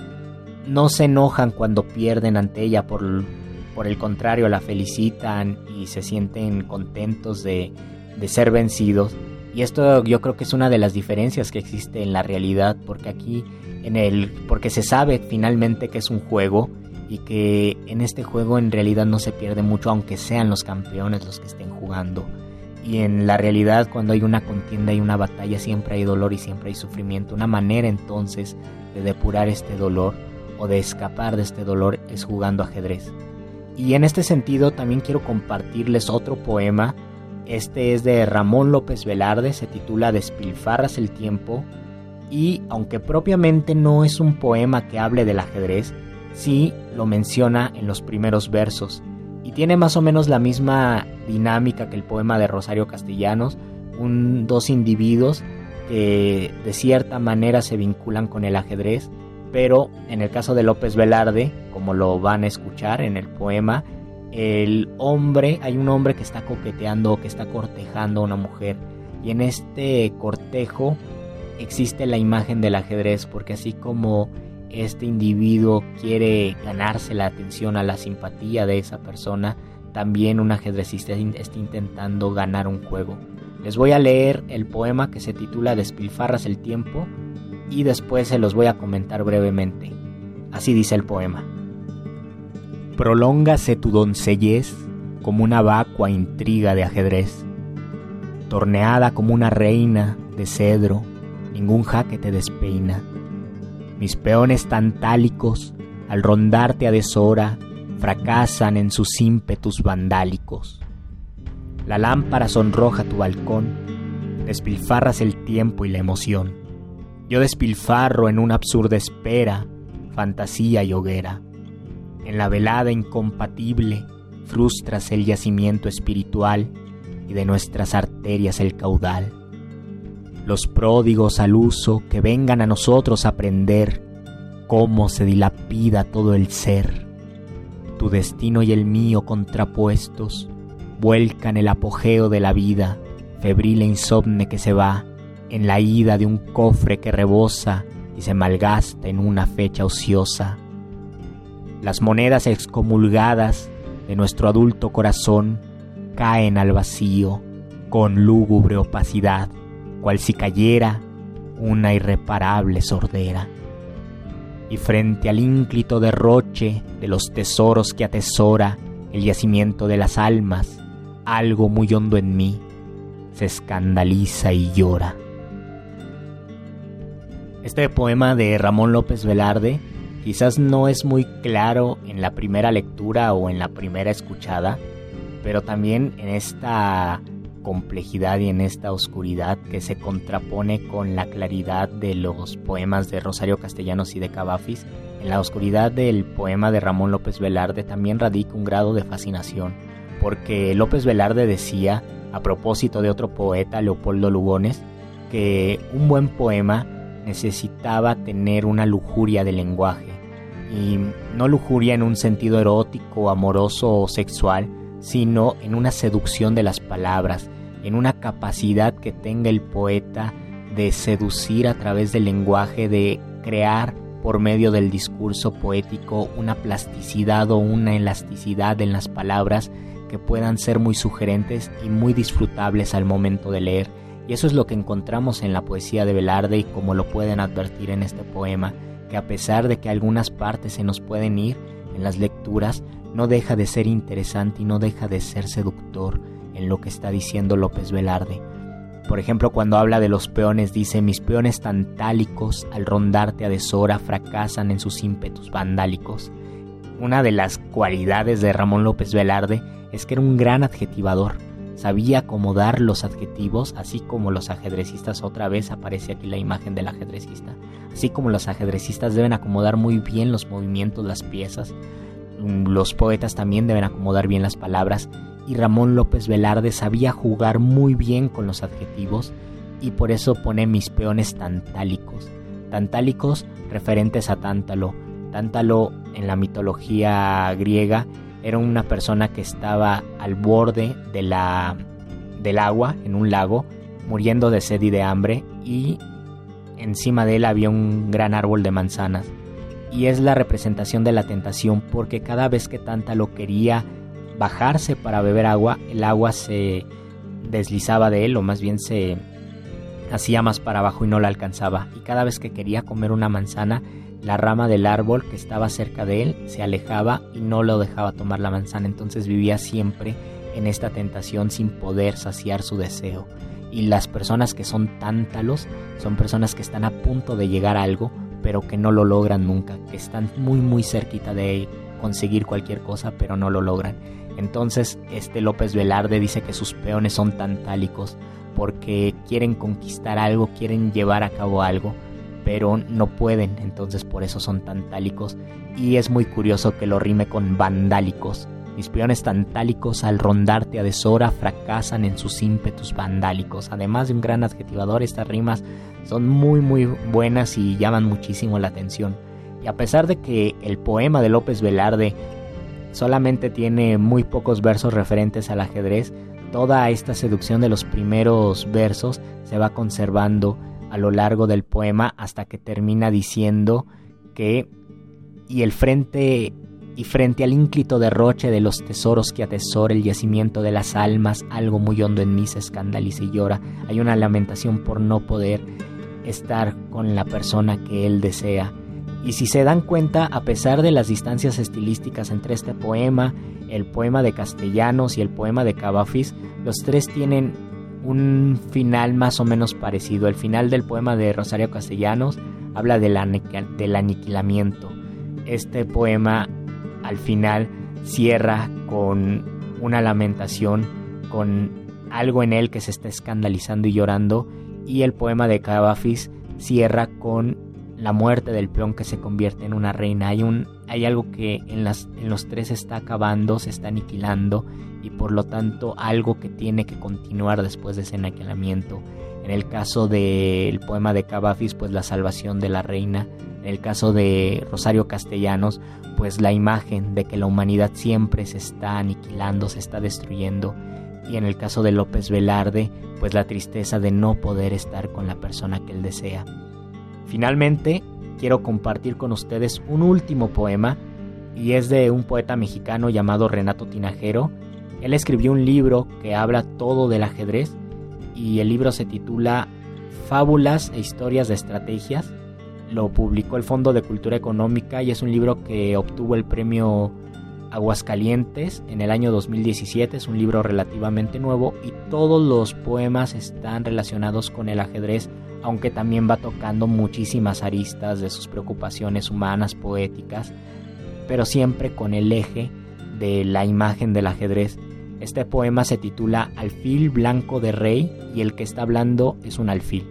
no se enojan cuando pierden ante ella, por el contrario, la felicitan y se sienten contentos de ser vencidos. Y esto yo creo que es una de las diferencias que existe en la realidad, porque aquí porque se sabe finalmente que es un juego, y que en este juego en realidad no se pierde mucho, aunque sean los campeones los que estén jugando. Y en la realidad, cuando hay una contienda y una batalla, siempre hay dolor y siempre hay sufrimiento. Una manera entonces de depurar este dolor o de escapar de este dolor es jugando ajedrez. Y en este sentido también quiero compartirles otro poema. Este es de Ramón López Velarde, se titula Despilfarras el tiempo, y aunque propiamente no es un poema que hable del ajedrez, sí lo menciona en los primeros versos, y tiene más o menos la misma dinámica que el poema de Rosario Castellanos, dos individuos que de cierta manera se vinculan con el ajedrez, pero en el caso de López Velarde, como lo van a escuchar en el poema, hay un hombre que está coqueteando, que está cortejando a una mujer, y en este cortejo existe la imagen del ajedrez, porque así como este individuo quiere ganarse la atención, a la simpatía de esa persona, también un ajedrecista está intentando ganar un juego. Les voy a leer el poema que se titula Despilfarras el tiempo, y después se los voy a comentar brevemente. Así dice el poema: Prolóngase tu doncellez como una vacua intriga de ajedrez, torneada como una reina de cedro, ningún jaque te despeina. Mis peones tantálicos, al rondarte a deshora, fracasan en sus ímpetus vandálicos. La lámpara sonroja tu balcón, despilfarras el tiempo y la emoción. Yo despilfarro en una absurda espera, fantasía y hoguera. En la velada incompatible frustras el yacimiento espiritual y de nuestras arterias el caudal. Los pródigos al uso que vengan a nosotros a aprender cómo se dilapida todo el ser. Tu destino y el mío contrapuestos vuelcan el apogeo de la vida, febril e insomne que se va en la ida de un cofre que rebosa y se malgasta en una fecha ociosa. Las monedas excomulgadas de nuestro adulto corazón caen al vacío con lúgubre opacidad, cual si cayera una irreparable sordera. Y frente al ínclito derroche de los tesoros que atesora el yacimiento de las almas, algo muy hondo en mí se escandaliza y llora. Este poema de Ramón López Velarde quizás no es muy claro en la primera lectura o en la primera escuchada, pero también en esta complejidad y en esta oscuridad que se contrapone con la claridad de los poemas de Rosario Castellanos y de Cavafis. En la oscuridad del poema de Ramón López Velarde también radica un grado de fascinación, porque López Velarde decía, a propósito de otro poeta, Leopoldo Lugones, que un buen poema necesitaba tener una lujuria de lenguaje, y no lujuria en un sentido erótico, amoroso o sexual, sino en una seducción de las palabras, en una capacidad que tenga el poeta de seducir a través del lenguaje, de crear por medio del discurso poético una plasticidad o una elasticidad en las palabras que puedan ser muy sugerentes y muy disfrutables al momento de leer. Y eso es lo que encontramos en la poesía de Velarde, y como lo pueden advertir en este poema, que a pesar de que algunas partes se nos pueden ir en las lecturas, no deja de ser interesante y no deja de ser seductor en lo que está diciendo López Velarde. Por ejemplo, cuando habla de los peones, dice: mis peones tantálicos al rondarte a deshora fracasan en sus ímpetus vandálicos. Una de las cualidades de Ramón López Velarde es que era un gran adjetivador. Sabía acomodar los adjetivos, así como los ajedrecistas. Otra vez aparece aquí la imagen del ajedrecista. Así como los ajedrecistas deben acomodar muy bien los movimientos, las piezas, los poetas también deben acomodar bien las palabras, y Ramón López Velarde sabía jugar muy bien con los adjetivos, y por eso pone mis peones tantálicos. Tantálicos referentes a Tántalo. Tántalo en la mitología griega era una persona que estaba al borde del agua, en un lago, muriendo de sed y de hambre, y encima de él había un gran árbol de manzanas. Y es la representación de la tentación, porque cada vez que Tántalo quería bajarse para beber agua, el agua se deslizaba de él, o más bien se hacía más para abajo y no la alcanzaba. Y cada vez que quería comer una manzana, la rama del árbol que estaba cerca de él se alejaba y no lo dejaba tomar la manzana. Entonces vivía siempre en esta tentación sin poder saciar su deseo. Y las personas que son tántalos son personas que están a punto de llegar a algo, pero que no lo logran nunca, que están muy muy cerquita de conseguir cualquier cosa, pero no lo logran. Entonces López Velarde dice que sus peones son tantálicos porque quieren conquistar algo, quieren llevar a cabo algo, pero no pueden, entonces por eso son tantálicos. Y es muy curioso que lo rime con vandálicos. Mis peones tantálicos al rondarte a deshora fracasan en sus ímpetus vandálicos. Además de un gran adjetivador, estas rimas son muy muy buenas y llaman muchísimo la atención. Y a pesar de que el poema de López Velarde solamente tiene muy pocos versos referentes al ajedrez, toda esta seducción de los primeros versos se va conservando a lo largo del poema hasta que termina diciendo que frente al ínclito derroche de los tesoros que atesora el yacimiento de las almas, algo muy hondo en mí se escandaliza y llora. Hay una lamentación por no poder estar con la persona que él desea. Y si se dan cuenta, a pesar de las distancias estilísticas entre este poema, el poema de Castellanos y el poema de Cavafis, los tres tienen un final más o menos parecido. El final del poema de Rosario Castellanos habla del aniquilamiento. Este poema al final cierra con una lamentación, con algo en él que se está escandalizando y llorando, y el poema de Cavafis cierra con la muerte del peón que se convierte en una reina. Hay algo que en los tres se está acabando, se está aniquilando, y por lo tanto algo que tiene que continuar después de ese aniquilamiento. En el caso del poema de Cavafis, pues la salvación de la reina. En el caso de Rosario Castellanos, pues la imagen de que la humanidad siempre se está aniquilando, se está destruyendo. Y en el caso de López Velarde, pues la tristeza de no poder estar con la persona que él desea. Finalmente, quiero compartir con ustedes un último poema, y es de un poeta mexicano llamado Renato Tinajero. Él escribió un libro que habla todo del ajedrez, y el libro se titula Fábulas e historias de estrategias. Lo publicó el Fondo de Cultura Económica y es un libro que obtuvo el premio Aguascalientes en el año 2017. Es un libro relativamente nuevo y todos los poemas están relacionados con el ajedrez, aunque también va tocando muchísimas aristas de sus preocupaciones humanas, poéticas, pero siempre con el eje de la imagen del ajedrez. Este poema se titula Alfil blanco de rey y el que está hablando es un alfil.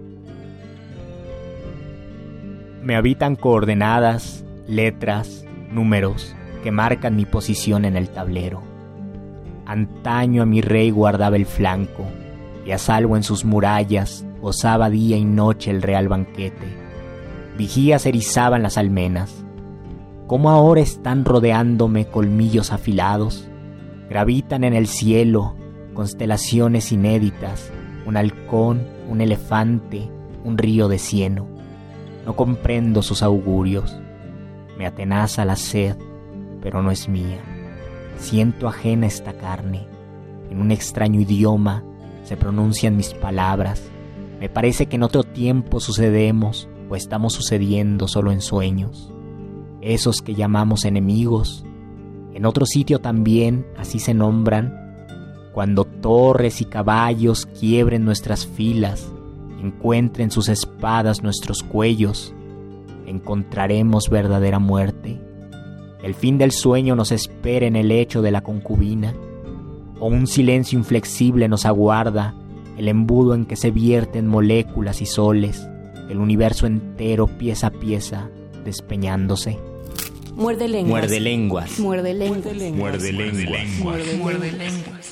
Me habitan coordenadas, letras, números que marcan mi posición en el tablero. Antaño a mi rey guardaba el flanco y a salvo en sus murallas gozaba día y noche el real banquete. Vigías erizaban las almenas. Como ahora están rodeándome colmillos afilados, gravitan en el cielo constelaciones inéditas, un halcón, un elefante, un río de cieno. No comprendo sus augurios. Me atenaza la sed, pero no es mía. Siento ajena esta carne. En un extraño idioma se pronuncian mis palabras. Me parece que en otro tiempo sucedemos o estamos sucediendo solo en sueños. Esos que llamamos enemigos, en otro sitio también así se nombran. Cuando torres y caballos quiebren nuestras filas, encuentren sus espadas nuestros cuellos, encontraremos verdadera muerte. El fin del sueño nos espera en el lecho de la concubina, o un silencio inflexible nos aguarda, el embudo en que se vierten moléculas y soles, el universo entero pieza a pieza despeñándose. Muerde lenguas. Muerde lenguas. Muerde lenguas. Muerde lenguas. Muerde lenguas.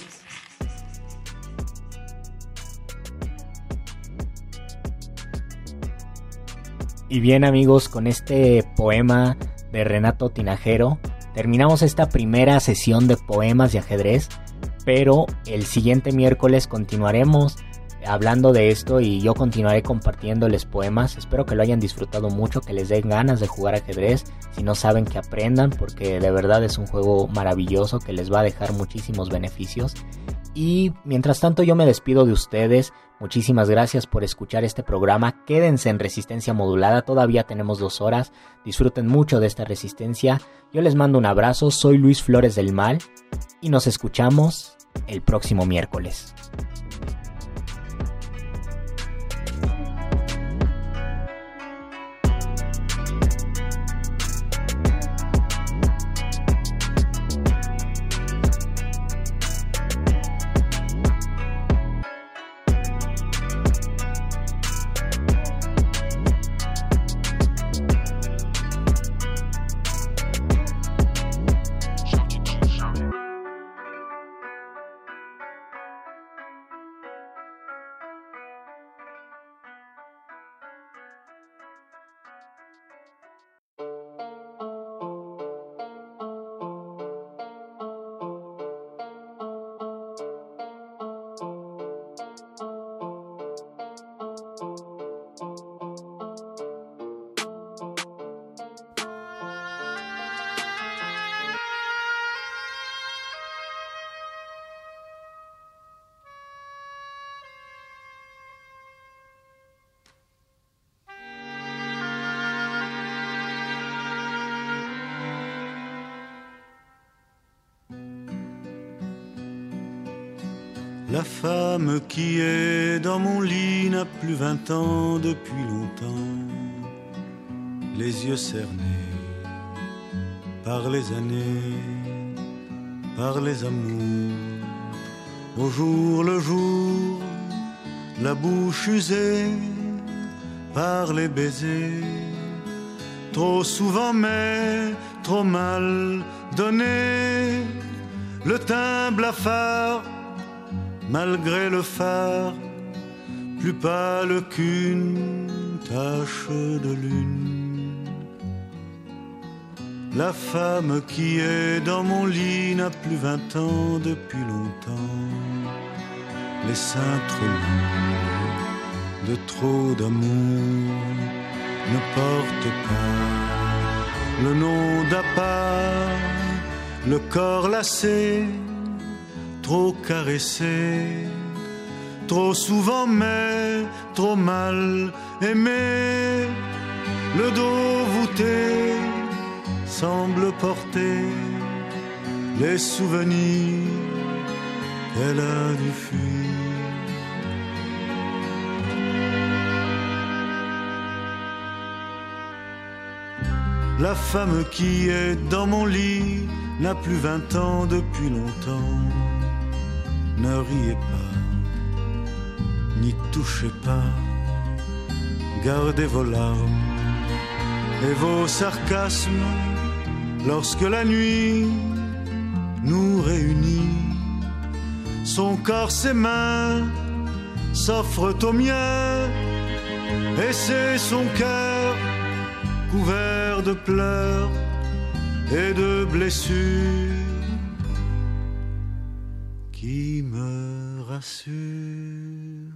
Y bien, amigos, con este poema de Renato Tinajero terminamos esta primera sesión de poemas de ajedrez, pero el siguiente miércoles continuaremos hablando de esto y yo continuaré compartiéndoles poemas. Espero que lo hayan disfrutado mucho, que les den ganas de jugar ajedrez. Si no saben, que aprendan, porque de verdad es un juego maravilloso que les va a dejar muchísimos beneficios. Y mientras tanto yo me despido de ustedes. Muchísimas gracias por escuchar este programa. Quédense en Resistencia Modulada, todavía tenemos 2 horas. Disfruten mucho de esta resistencia. Yo les mando un abrazo, soy Luis Flores del Mal y nos escuchamos el próximo miércoles. La femme qui est dans mon lit n'a plus 20 ans depuis longtemps, les yeux cernés par les années, par les amours. Au jour le jour, la bouche usée par les baisers, trop souvent mais trop mal donné, le teint blafard malgré le phare, plus pâle qu'une tache de lune. La femme qui est dans mon lit n'a plus 20 ans depuis longtemps, les seins trop lourds de trop d'amour ne portent pas le nom d'appart, le corps lassé, trop caressé, trop souvent mais trop mal aimé, le dos voûté semble porter les souvenirs qu'elle a dû fuir. La femme qui est dans mon lit n'a plus 20 ans depuis longtemps. Ne riez pas, n'y touchez pas, gardez vos larmes et vos sarcasmes lorsque la nuit nous réunit. Son corps, ses mains, s'offrent au mien, et c'est son cœur couvert de pleurs et de blessures qui me rassure.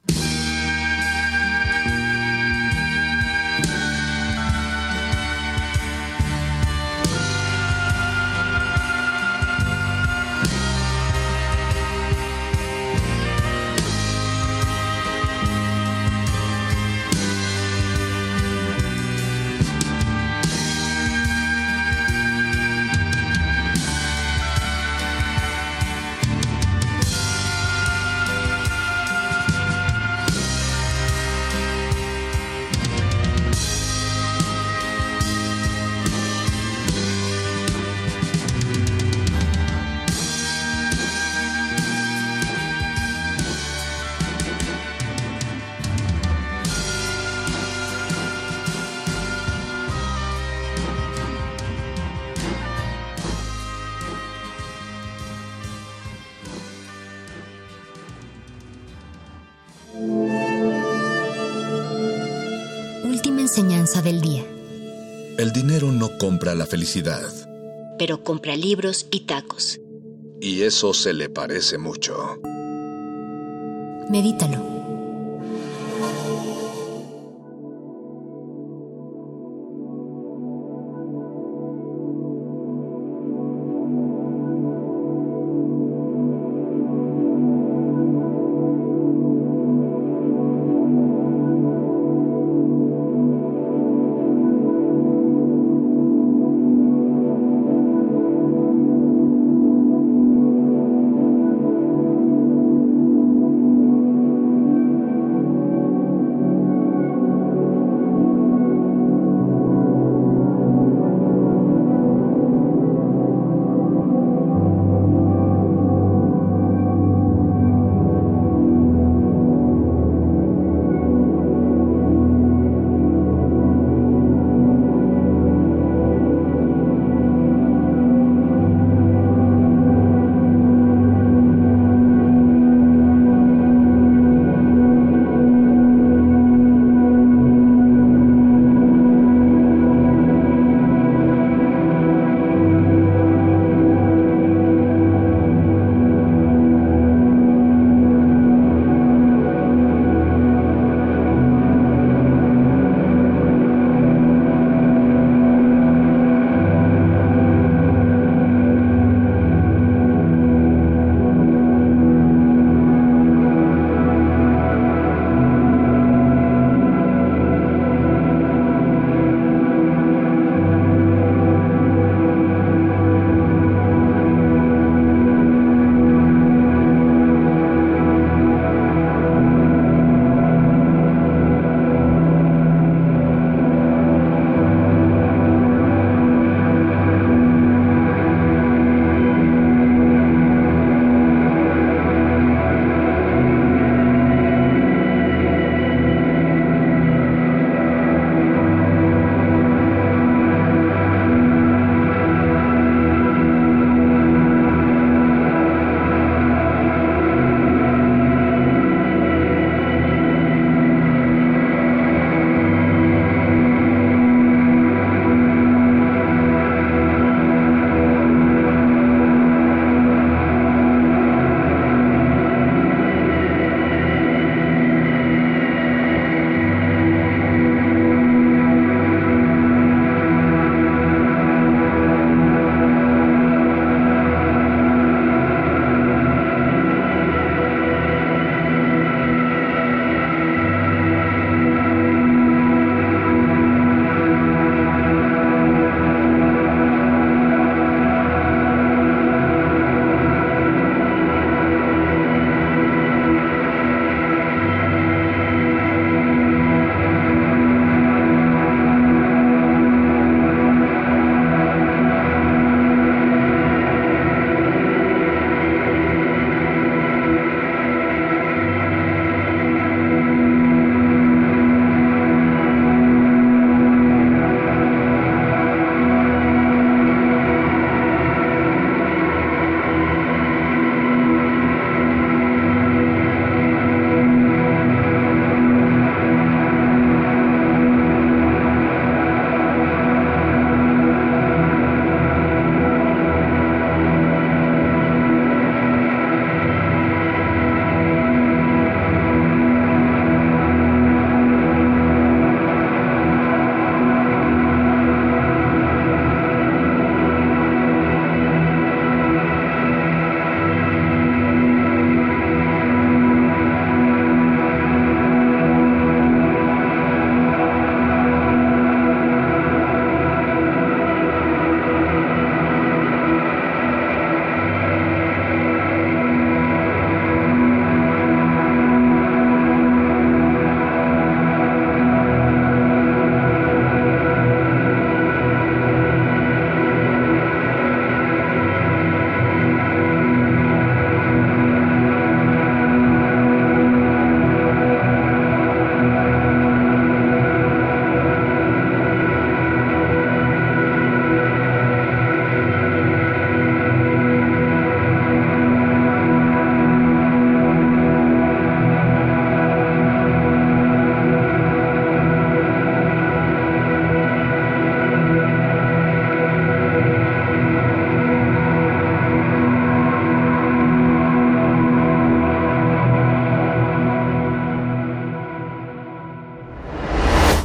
Última enseñanza del día. El dinero no compra la felicidad. Pero compra libros y tacos. Y eso se le parece mucho. Medítalo.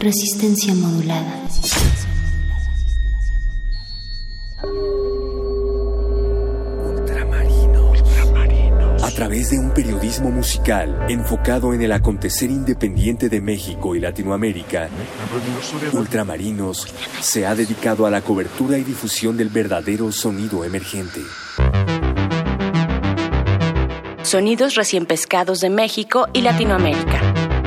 Resistencia modulada. A través de un periodismo musical enfocado en el acontecer independiente de México y Latinoamérica, Ultramarinos se ha dedicado a la cobertura y difusión del verdadero sonido emergente. Sonidos recién pescados de México y Latinoamérica.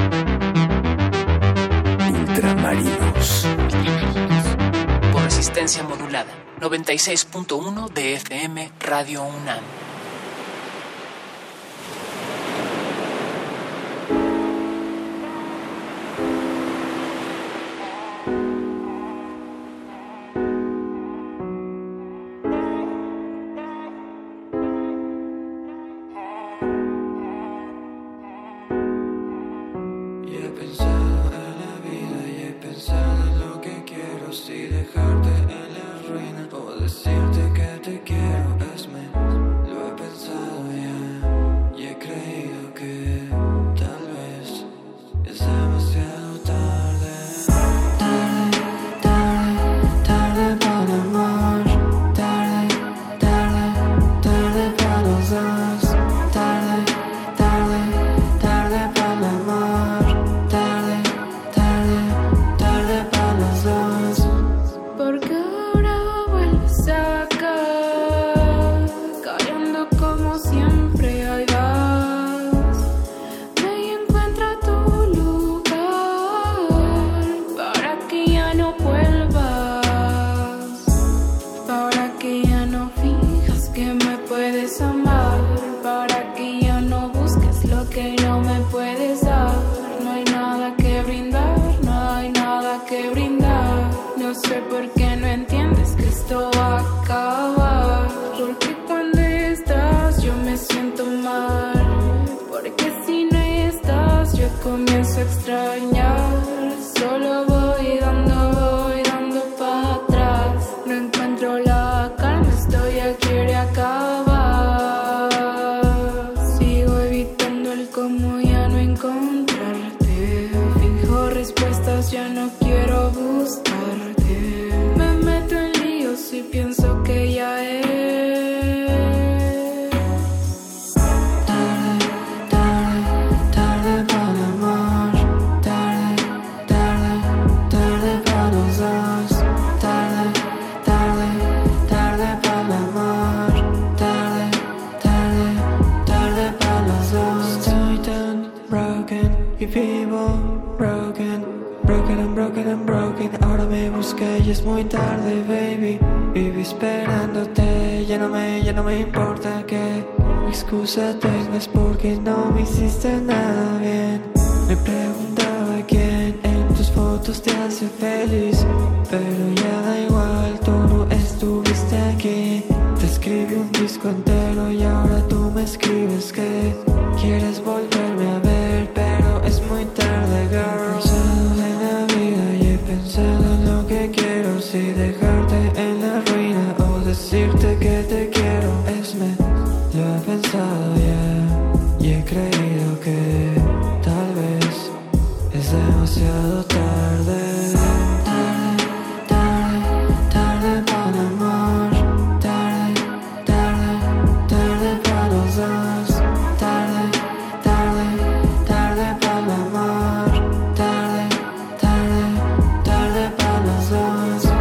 Ultramarinos. Por Resistencia Modulada, 96.1 de FM Radio UNAM. Tengas porque no me hiciste nada bien. Me preguntaba quién en tus fotos te hace feliz, pero ya da igual, tú no estuviste aquí. Te escribí un disco entero y ahora tú me escribes que quieres volverme a ver, pero es muy tarde, girl. He pensado en la vida y he pensado en lo que quiero, si dejarte en la ruina o decirte que te quiero. Lo he pensado ya y he creído que tal vez es demasiado tarde. Tarde para el amor. Tarde para los dos. Tarde para el amor. Tarde para los dos.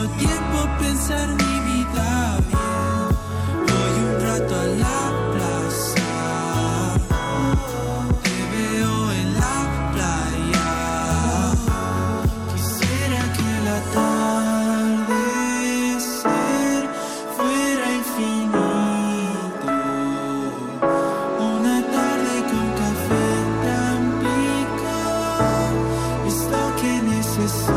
tanto tiempo pensar mi vida bien. Voy un rato a la plaza, te veo en la playa. Quisiera que el atardecer fuera infinito, una tarde con café Tampico es lo que necesito.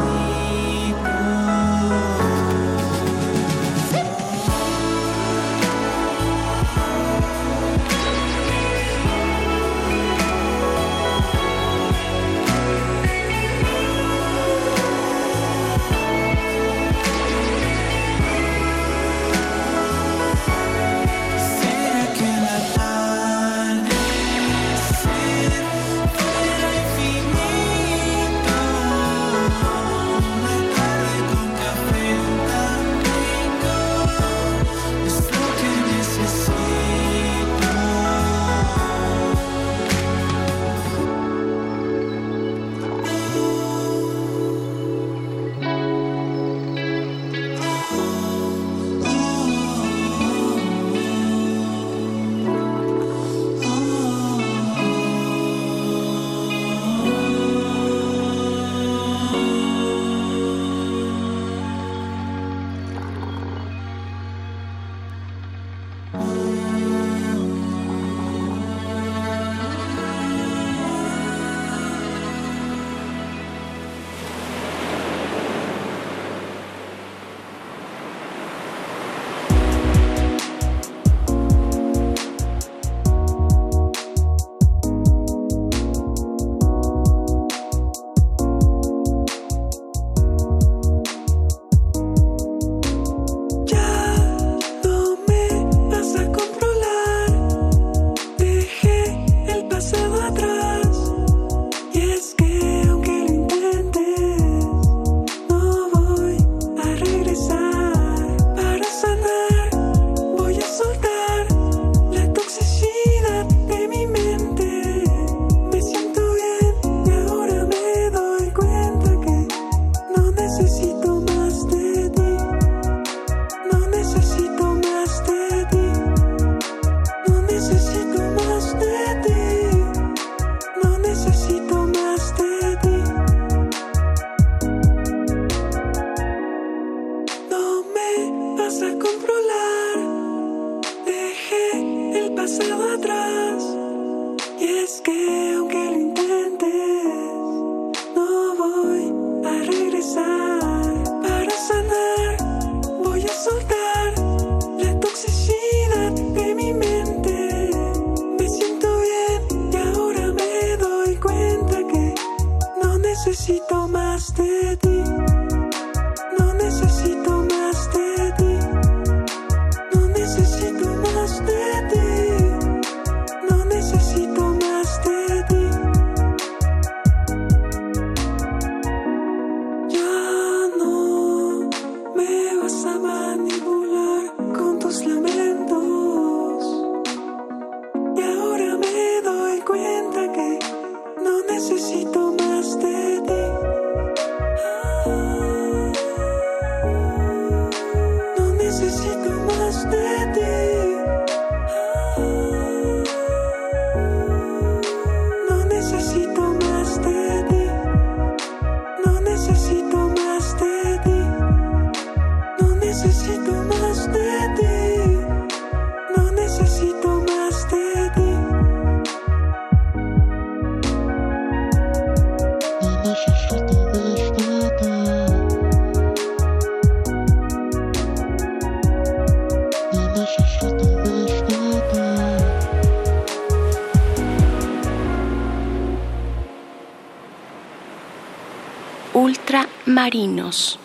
Ultramarinos.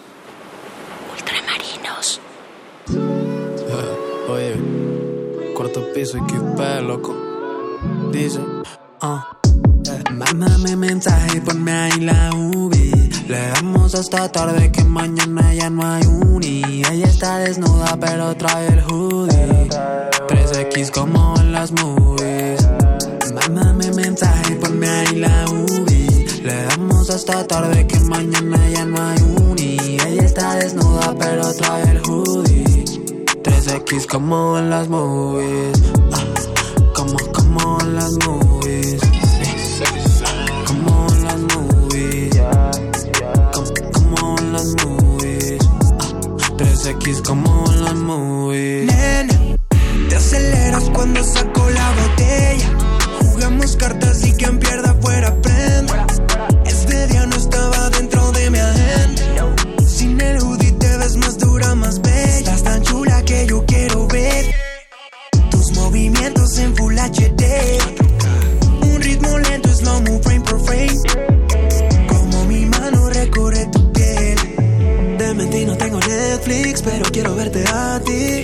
Oye, cuarto piso y que loco. Dice, mándame mensaje y ponme ahí la UV. Le damos hasta tarde que mañana ya no hay uni. Ella está desnuda pero trae el hoodie. 3X como en las movies. Mándame mensaje y ponme ahí la UV. Le damos hasta tarde que mañana ya no hay uni. Ella está desnuda pero trae el hoodie. 3X como en las movies. Como en las movies. Como en las movies. Como en las movies. 3X como en las movies. Nena, te aceleras cuando saco la botella. Jugamos cartas y quien pierda fuera prenda. Este día no estaba dentro de mi agenda. Sin el hoodie te ves más dura, más bella. Estás tan chula que yo quiero ver tus movimientos en Full HD. Un ritmo lento, slow-mo, frame por frame. Como mi mano recorre tu piel. De mentir no tengo Netflix, pero quiero verte a ti.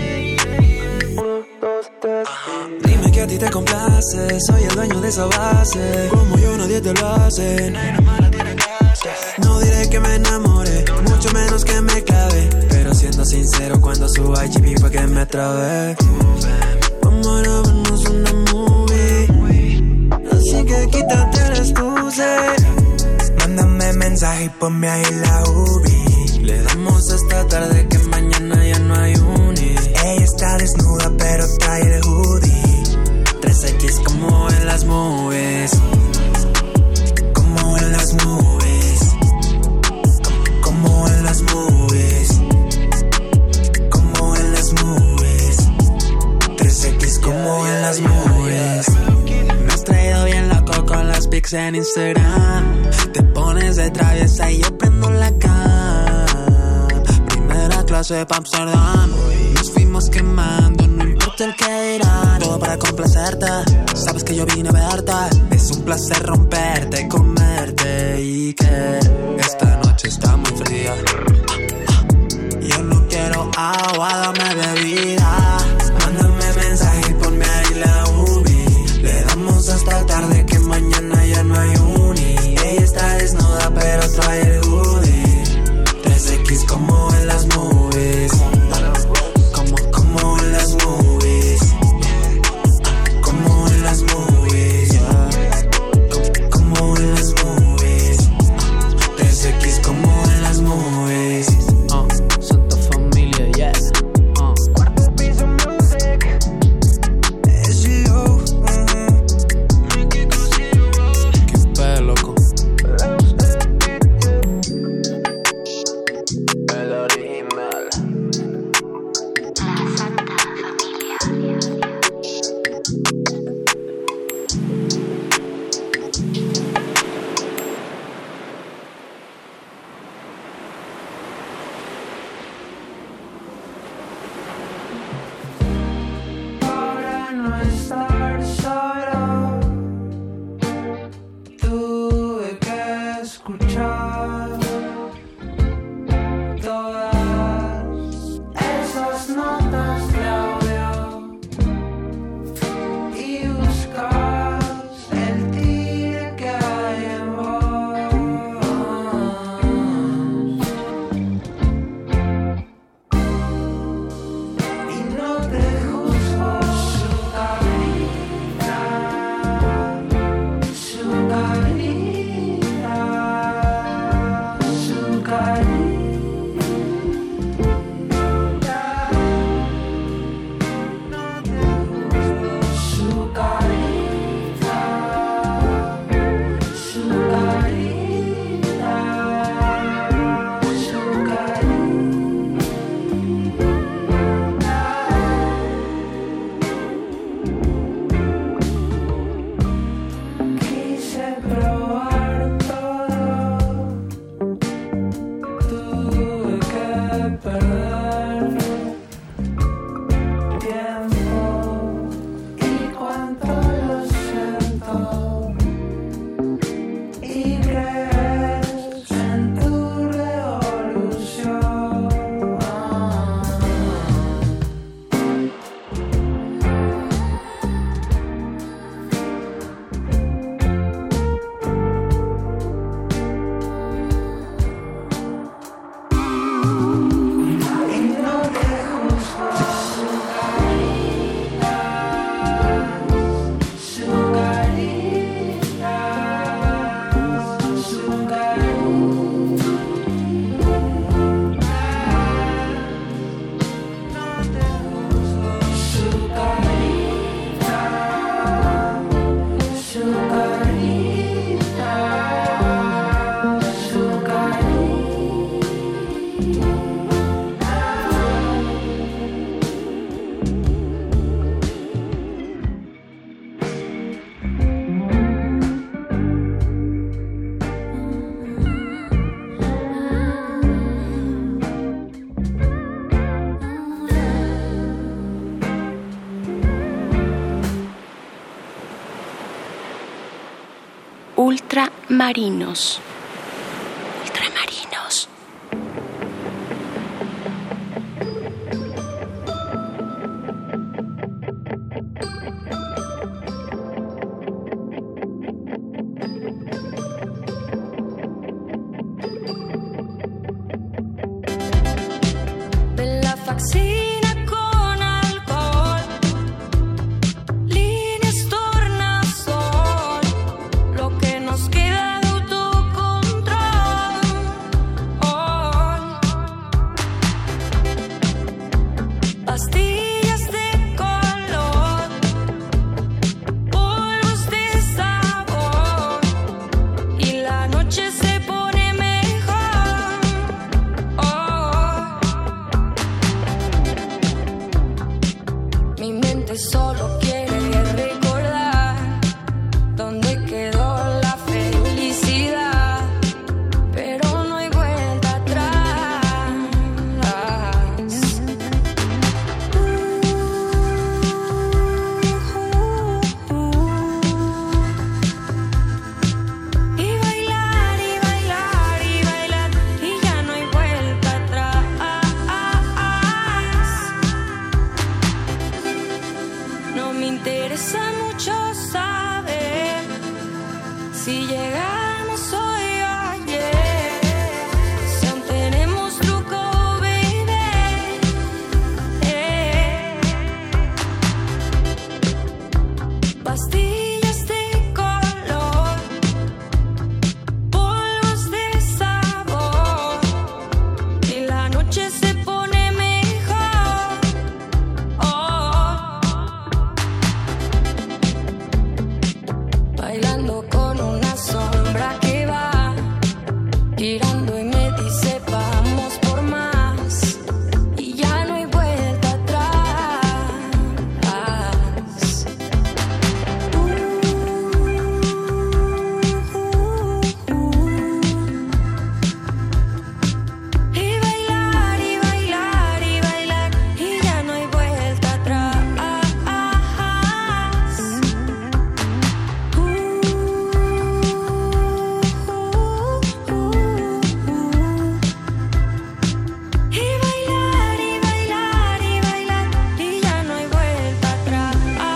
Dime que a ti te complace, soy el dueño de esa base. Como yo nadie te lo hace. No diré que me enamore, mucho menos que me clave. Pero siendo sincero, cuando subo a IGP fue que me trabé. Vamos a vernos una movie, así que quítate la excusa. Mándame mensaje y ponme ahí la UBI. Le damos esta tarde que mañana ya no hay uni. Ella está desnuda pero trae el hoodie. 3X como en las movies. Como en las movies. Como en las movies. Como en las movies. 3X como en las movies. Me has traído bien loco con las pics en Instagram. Te pones de traviesa y yo prendo la cam. Primera clase pa' Amsterdam. Nos fuimos quemando, no importa el que dirán. Todo para complacerte, sabes que yo vine a verte. Es un placer romperte, comerte y que esta noche está muy fría. Yo no quiero agua, dame bebida. Mándame mensaje y ponme ahí la UBI. Le damos hasta tarde que mañana ya no hay uni. Ella está desnuda pero trae el hoodie. 3X como en las movies. Como en las movies. Como en las movies. Como en las movies. 3X como en las movies. Santa Familia, yeah. Cuarto piso music. Es yo. Qué pedo, loco. El original. Para no estar solo, tuve que escuchar todas esas notas de audio y buscar el tigre que hay en vos. Y no te juzgo, su carita, su carita, su carita. No te juzgo, su carita, su carita, su carita. Quise probar todo, tuve que perder tiempo y cuánto lo siento. Y crees en tu revolución. Ultramarinos. Ultramarinos. Bella faxina con alcohol, líneas tornasol, lo que nos queda de autocontrol. Pastillas de color, polvos de sabor, y la noche se pone mejor. Mi mente solo quiere recordar dónde quedó la felicidad, pero no hay vuelta atrás. Y bailar, y bailar, y bailar, y ya no hay vuelta atrás. No me interesa mucho saber si llegamos hoy o ayer, si aún tenemos truco, baby. Pastillas de color, polvos de sabor, y la noche se pone mejor. Bailando con una sombra que va girando y me dice vamos por más, y ya no hay vuelta atrás. Y bailar, y bailar, y bailar, y ya no hay vuelta atrás. Y bailar, y bailar, y bailar, y ya no hay vuelta atrás.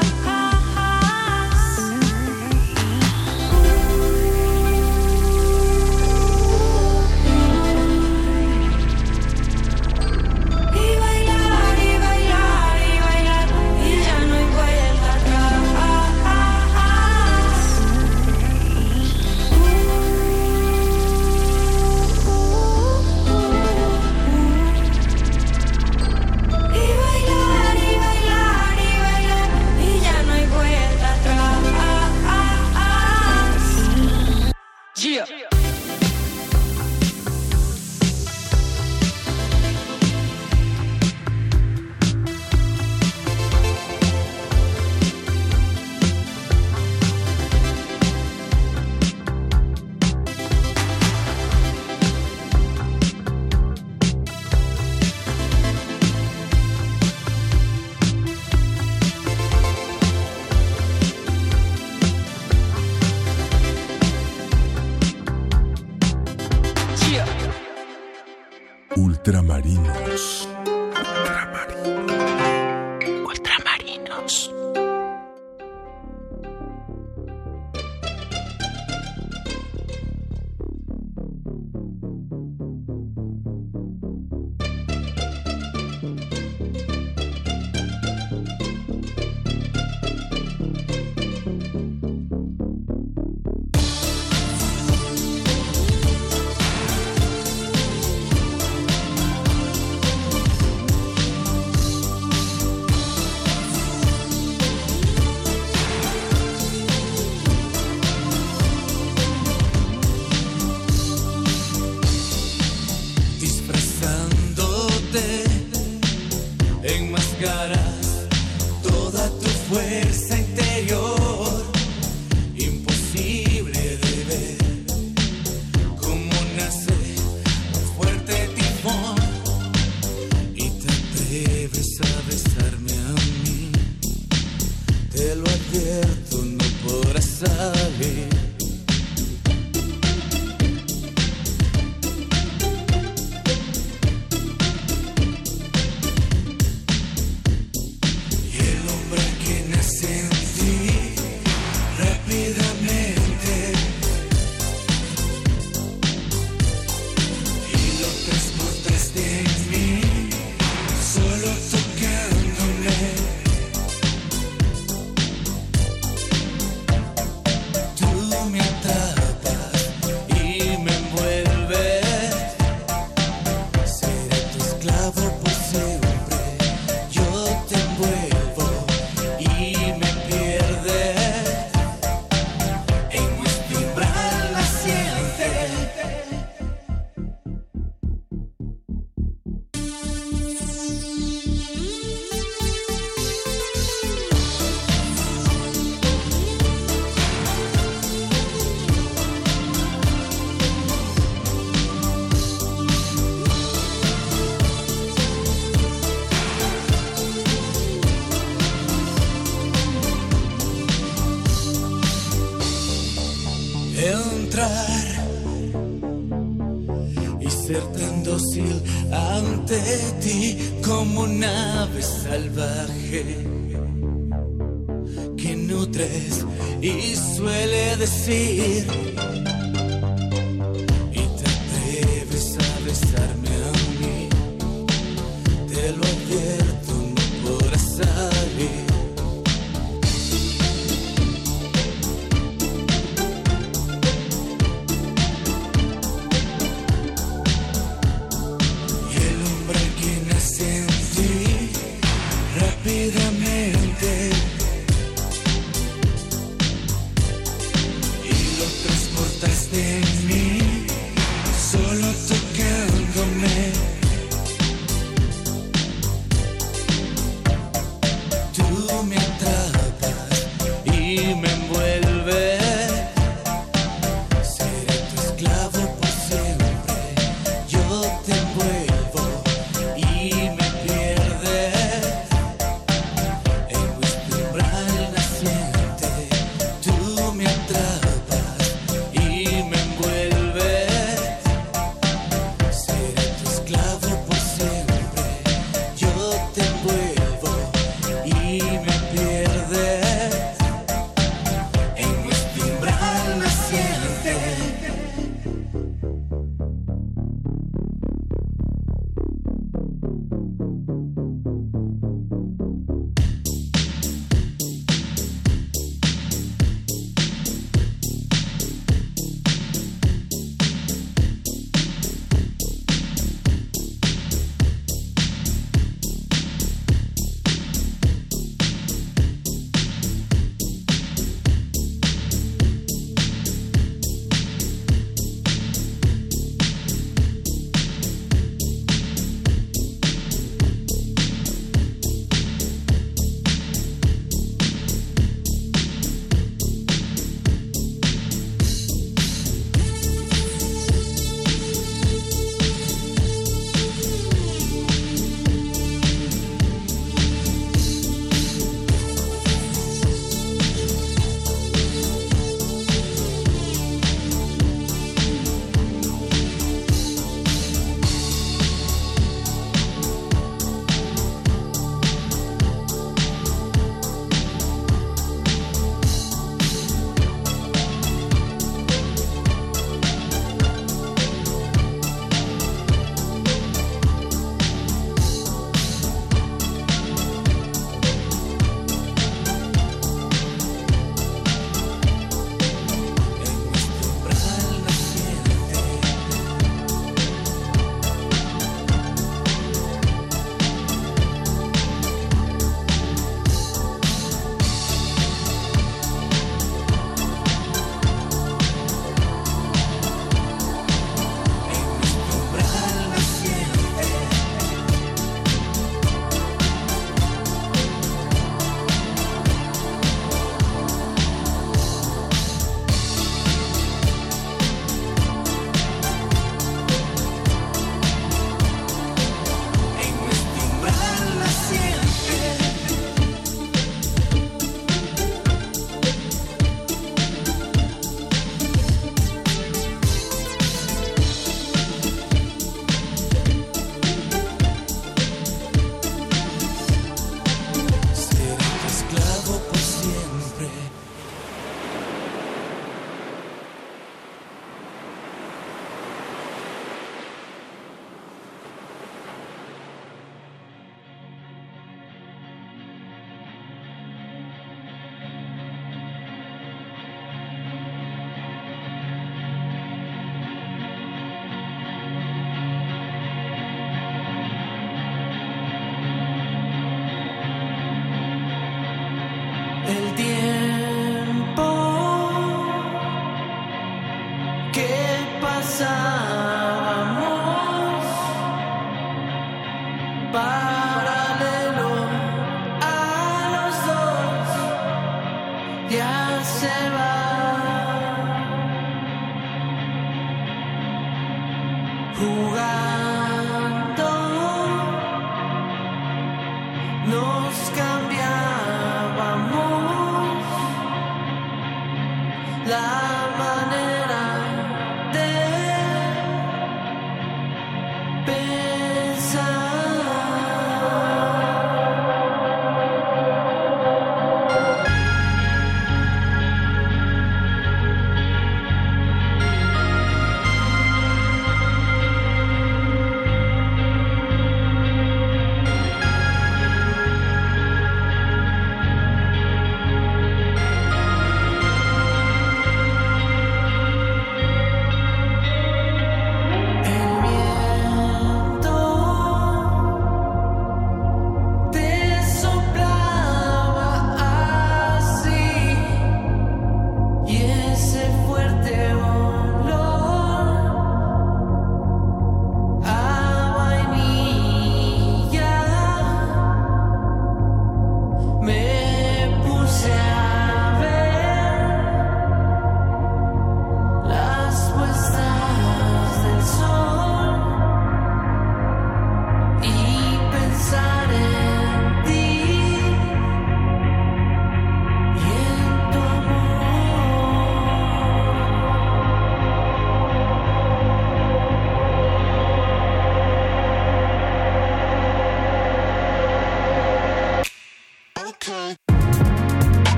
Y bailar, y bailar, y bailar, y ya no hay vuelta atrás. Y bailar, y bailar, y bailar, y ya no hay vuelta atrás. Yeah. Ultramarinos. Ultramarinos. Disfrazándote, enmascaras toda tu fuerza interior. Imposible de ver cómo nace un fuerte tifón, y te atreves a besarme a mí. Te lo advierto, no podrás salir. dócil ante ti como un ave salvaje que nutres y suele decir, y te atreves a besarme a mí, te lo advierto, no podrás salir. Rápidamente y lo transportaste en mí, solo tocándome.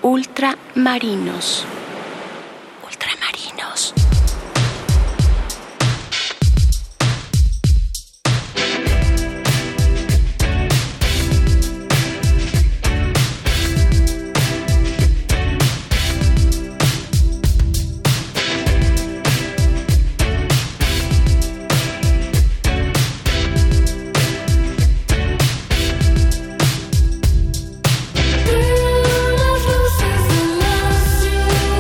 Ultramarinos. Ultramarinos. Las luces de la ciudad.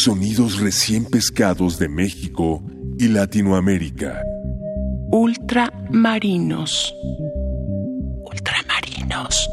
Sonidos recién pescados de México y Latinoamérica. Ultramarinos. Ultramarinos.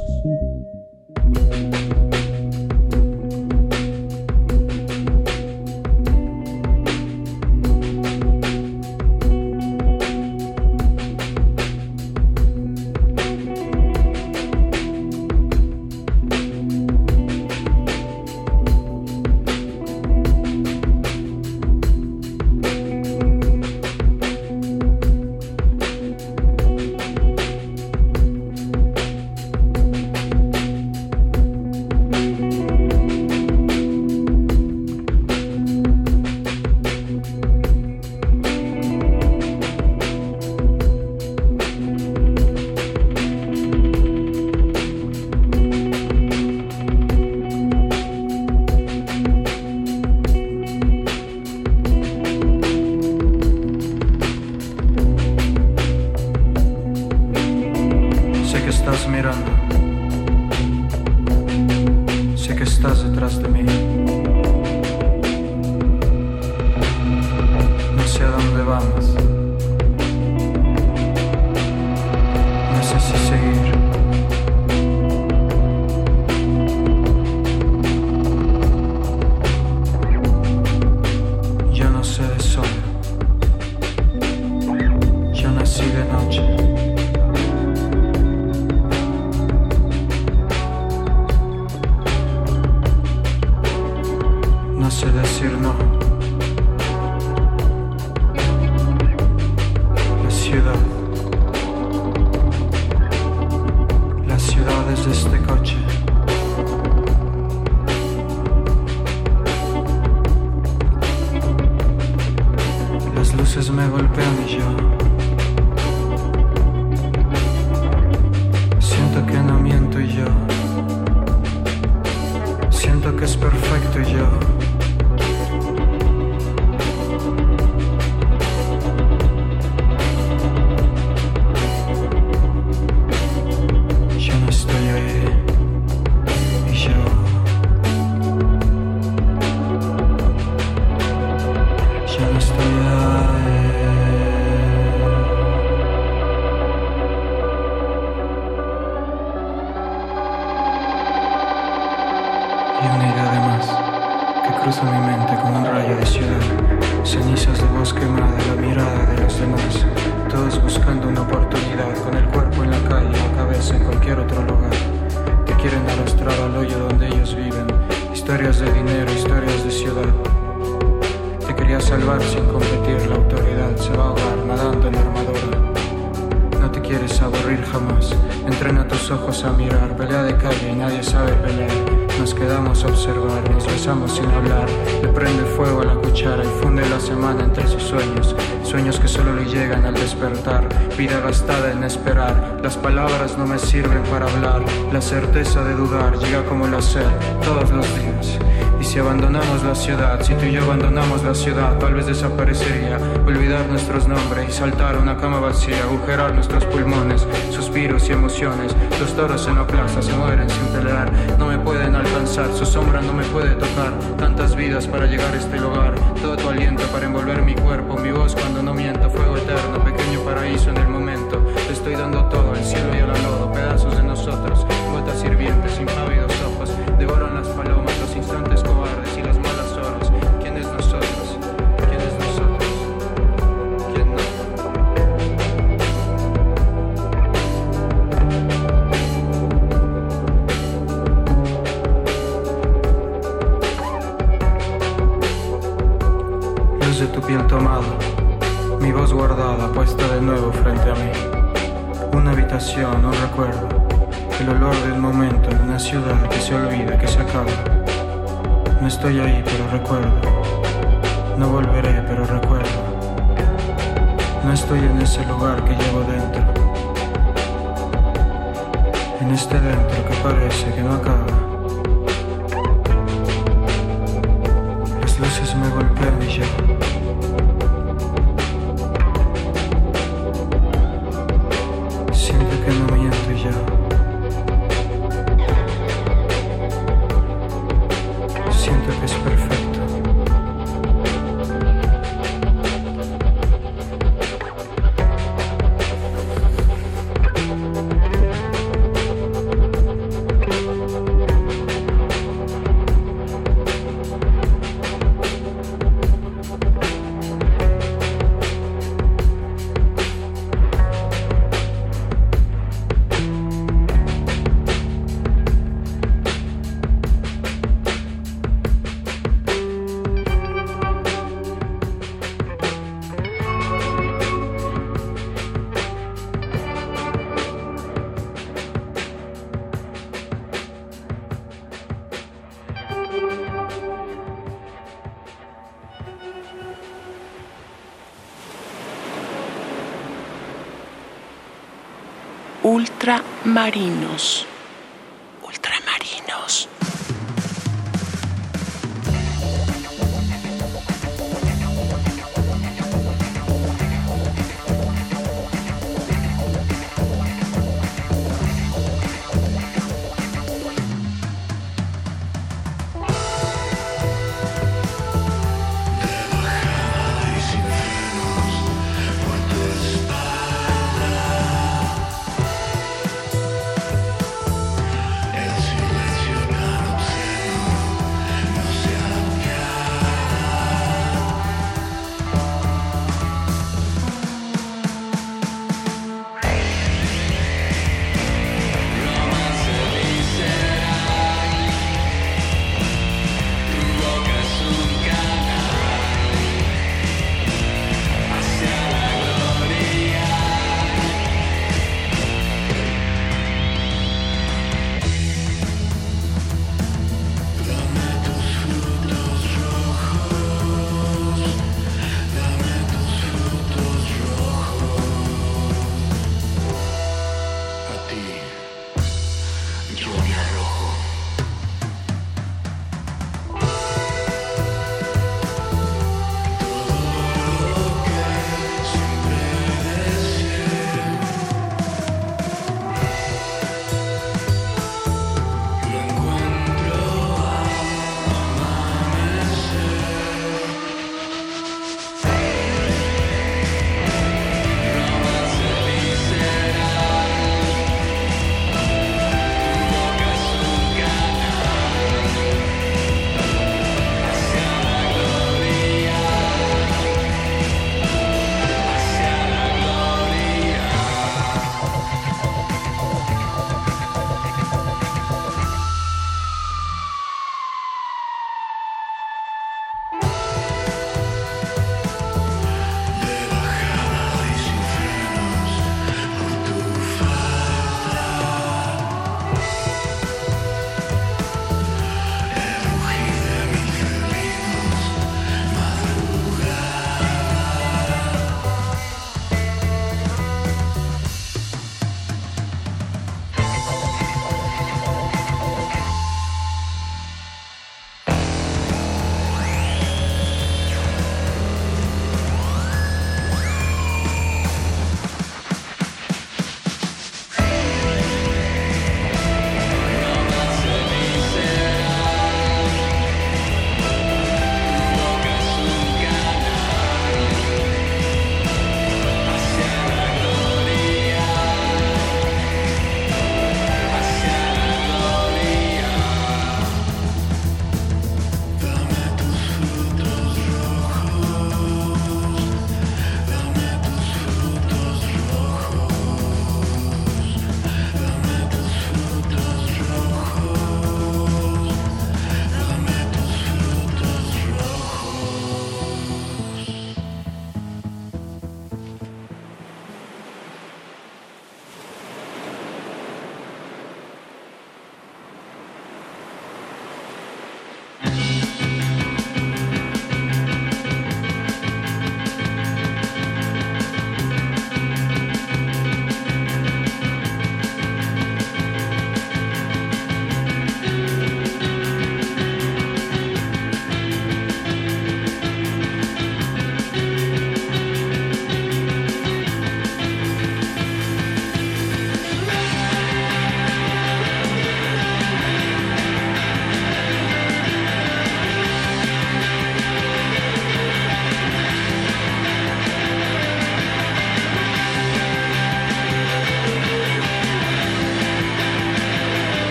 Vida gastada en esperar, las palabras no me sirven para hablar. La certeza de dudar llega como la sed todos los días. Y si abandonamos la ciudad, si tú y yo abandonamos la ciudad, tal vez desaparecería. Olvidar nuestros nombres y saltar a una cama vacía, agujerar nuestros pulmones, suspiros y emociones. Los toros en la plaza se mueren sin pelear, no me pueden alcanzar, su sombra no me puede tocar. Tantas vidas para llegar a este lugar, todo tu aliento para envolver mi cuerpo, mi voz cuando no miento, fuego eterno, pequeño paraíso en el momento. Te estoy dando todo, el cielo y el lodo, pedazos de nosotros, gotas hirvientes, impávidos ojos, devoran las palomas, los instantes cobardes y las malas horas. ¿Quién es nosotros? ¿Quién es nosotros? ¿Quién no? Luz de tu piel tomada, mi voz guardada, puesta de nuevo frente a mí. Una habitación, un recuerdo, el olor del momento en una ciudad que se olvida, que se acaba. No estoy ahí, pero recuerdo. No volveré, pero recuerdo. No estoy en ese lugar que llevo dentro. En este dentro que parece que no acaba. Las luces me golpean y yo. Siento que no miento y yo. Siento que es perfecto. Ultramarinos. Ultramarinos.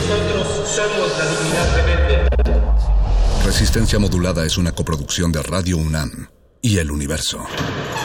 Nosotros somos la divinidad rebelde. Resistencia Modulada es una coproducción de Radio UNAM y El Universo.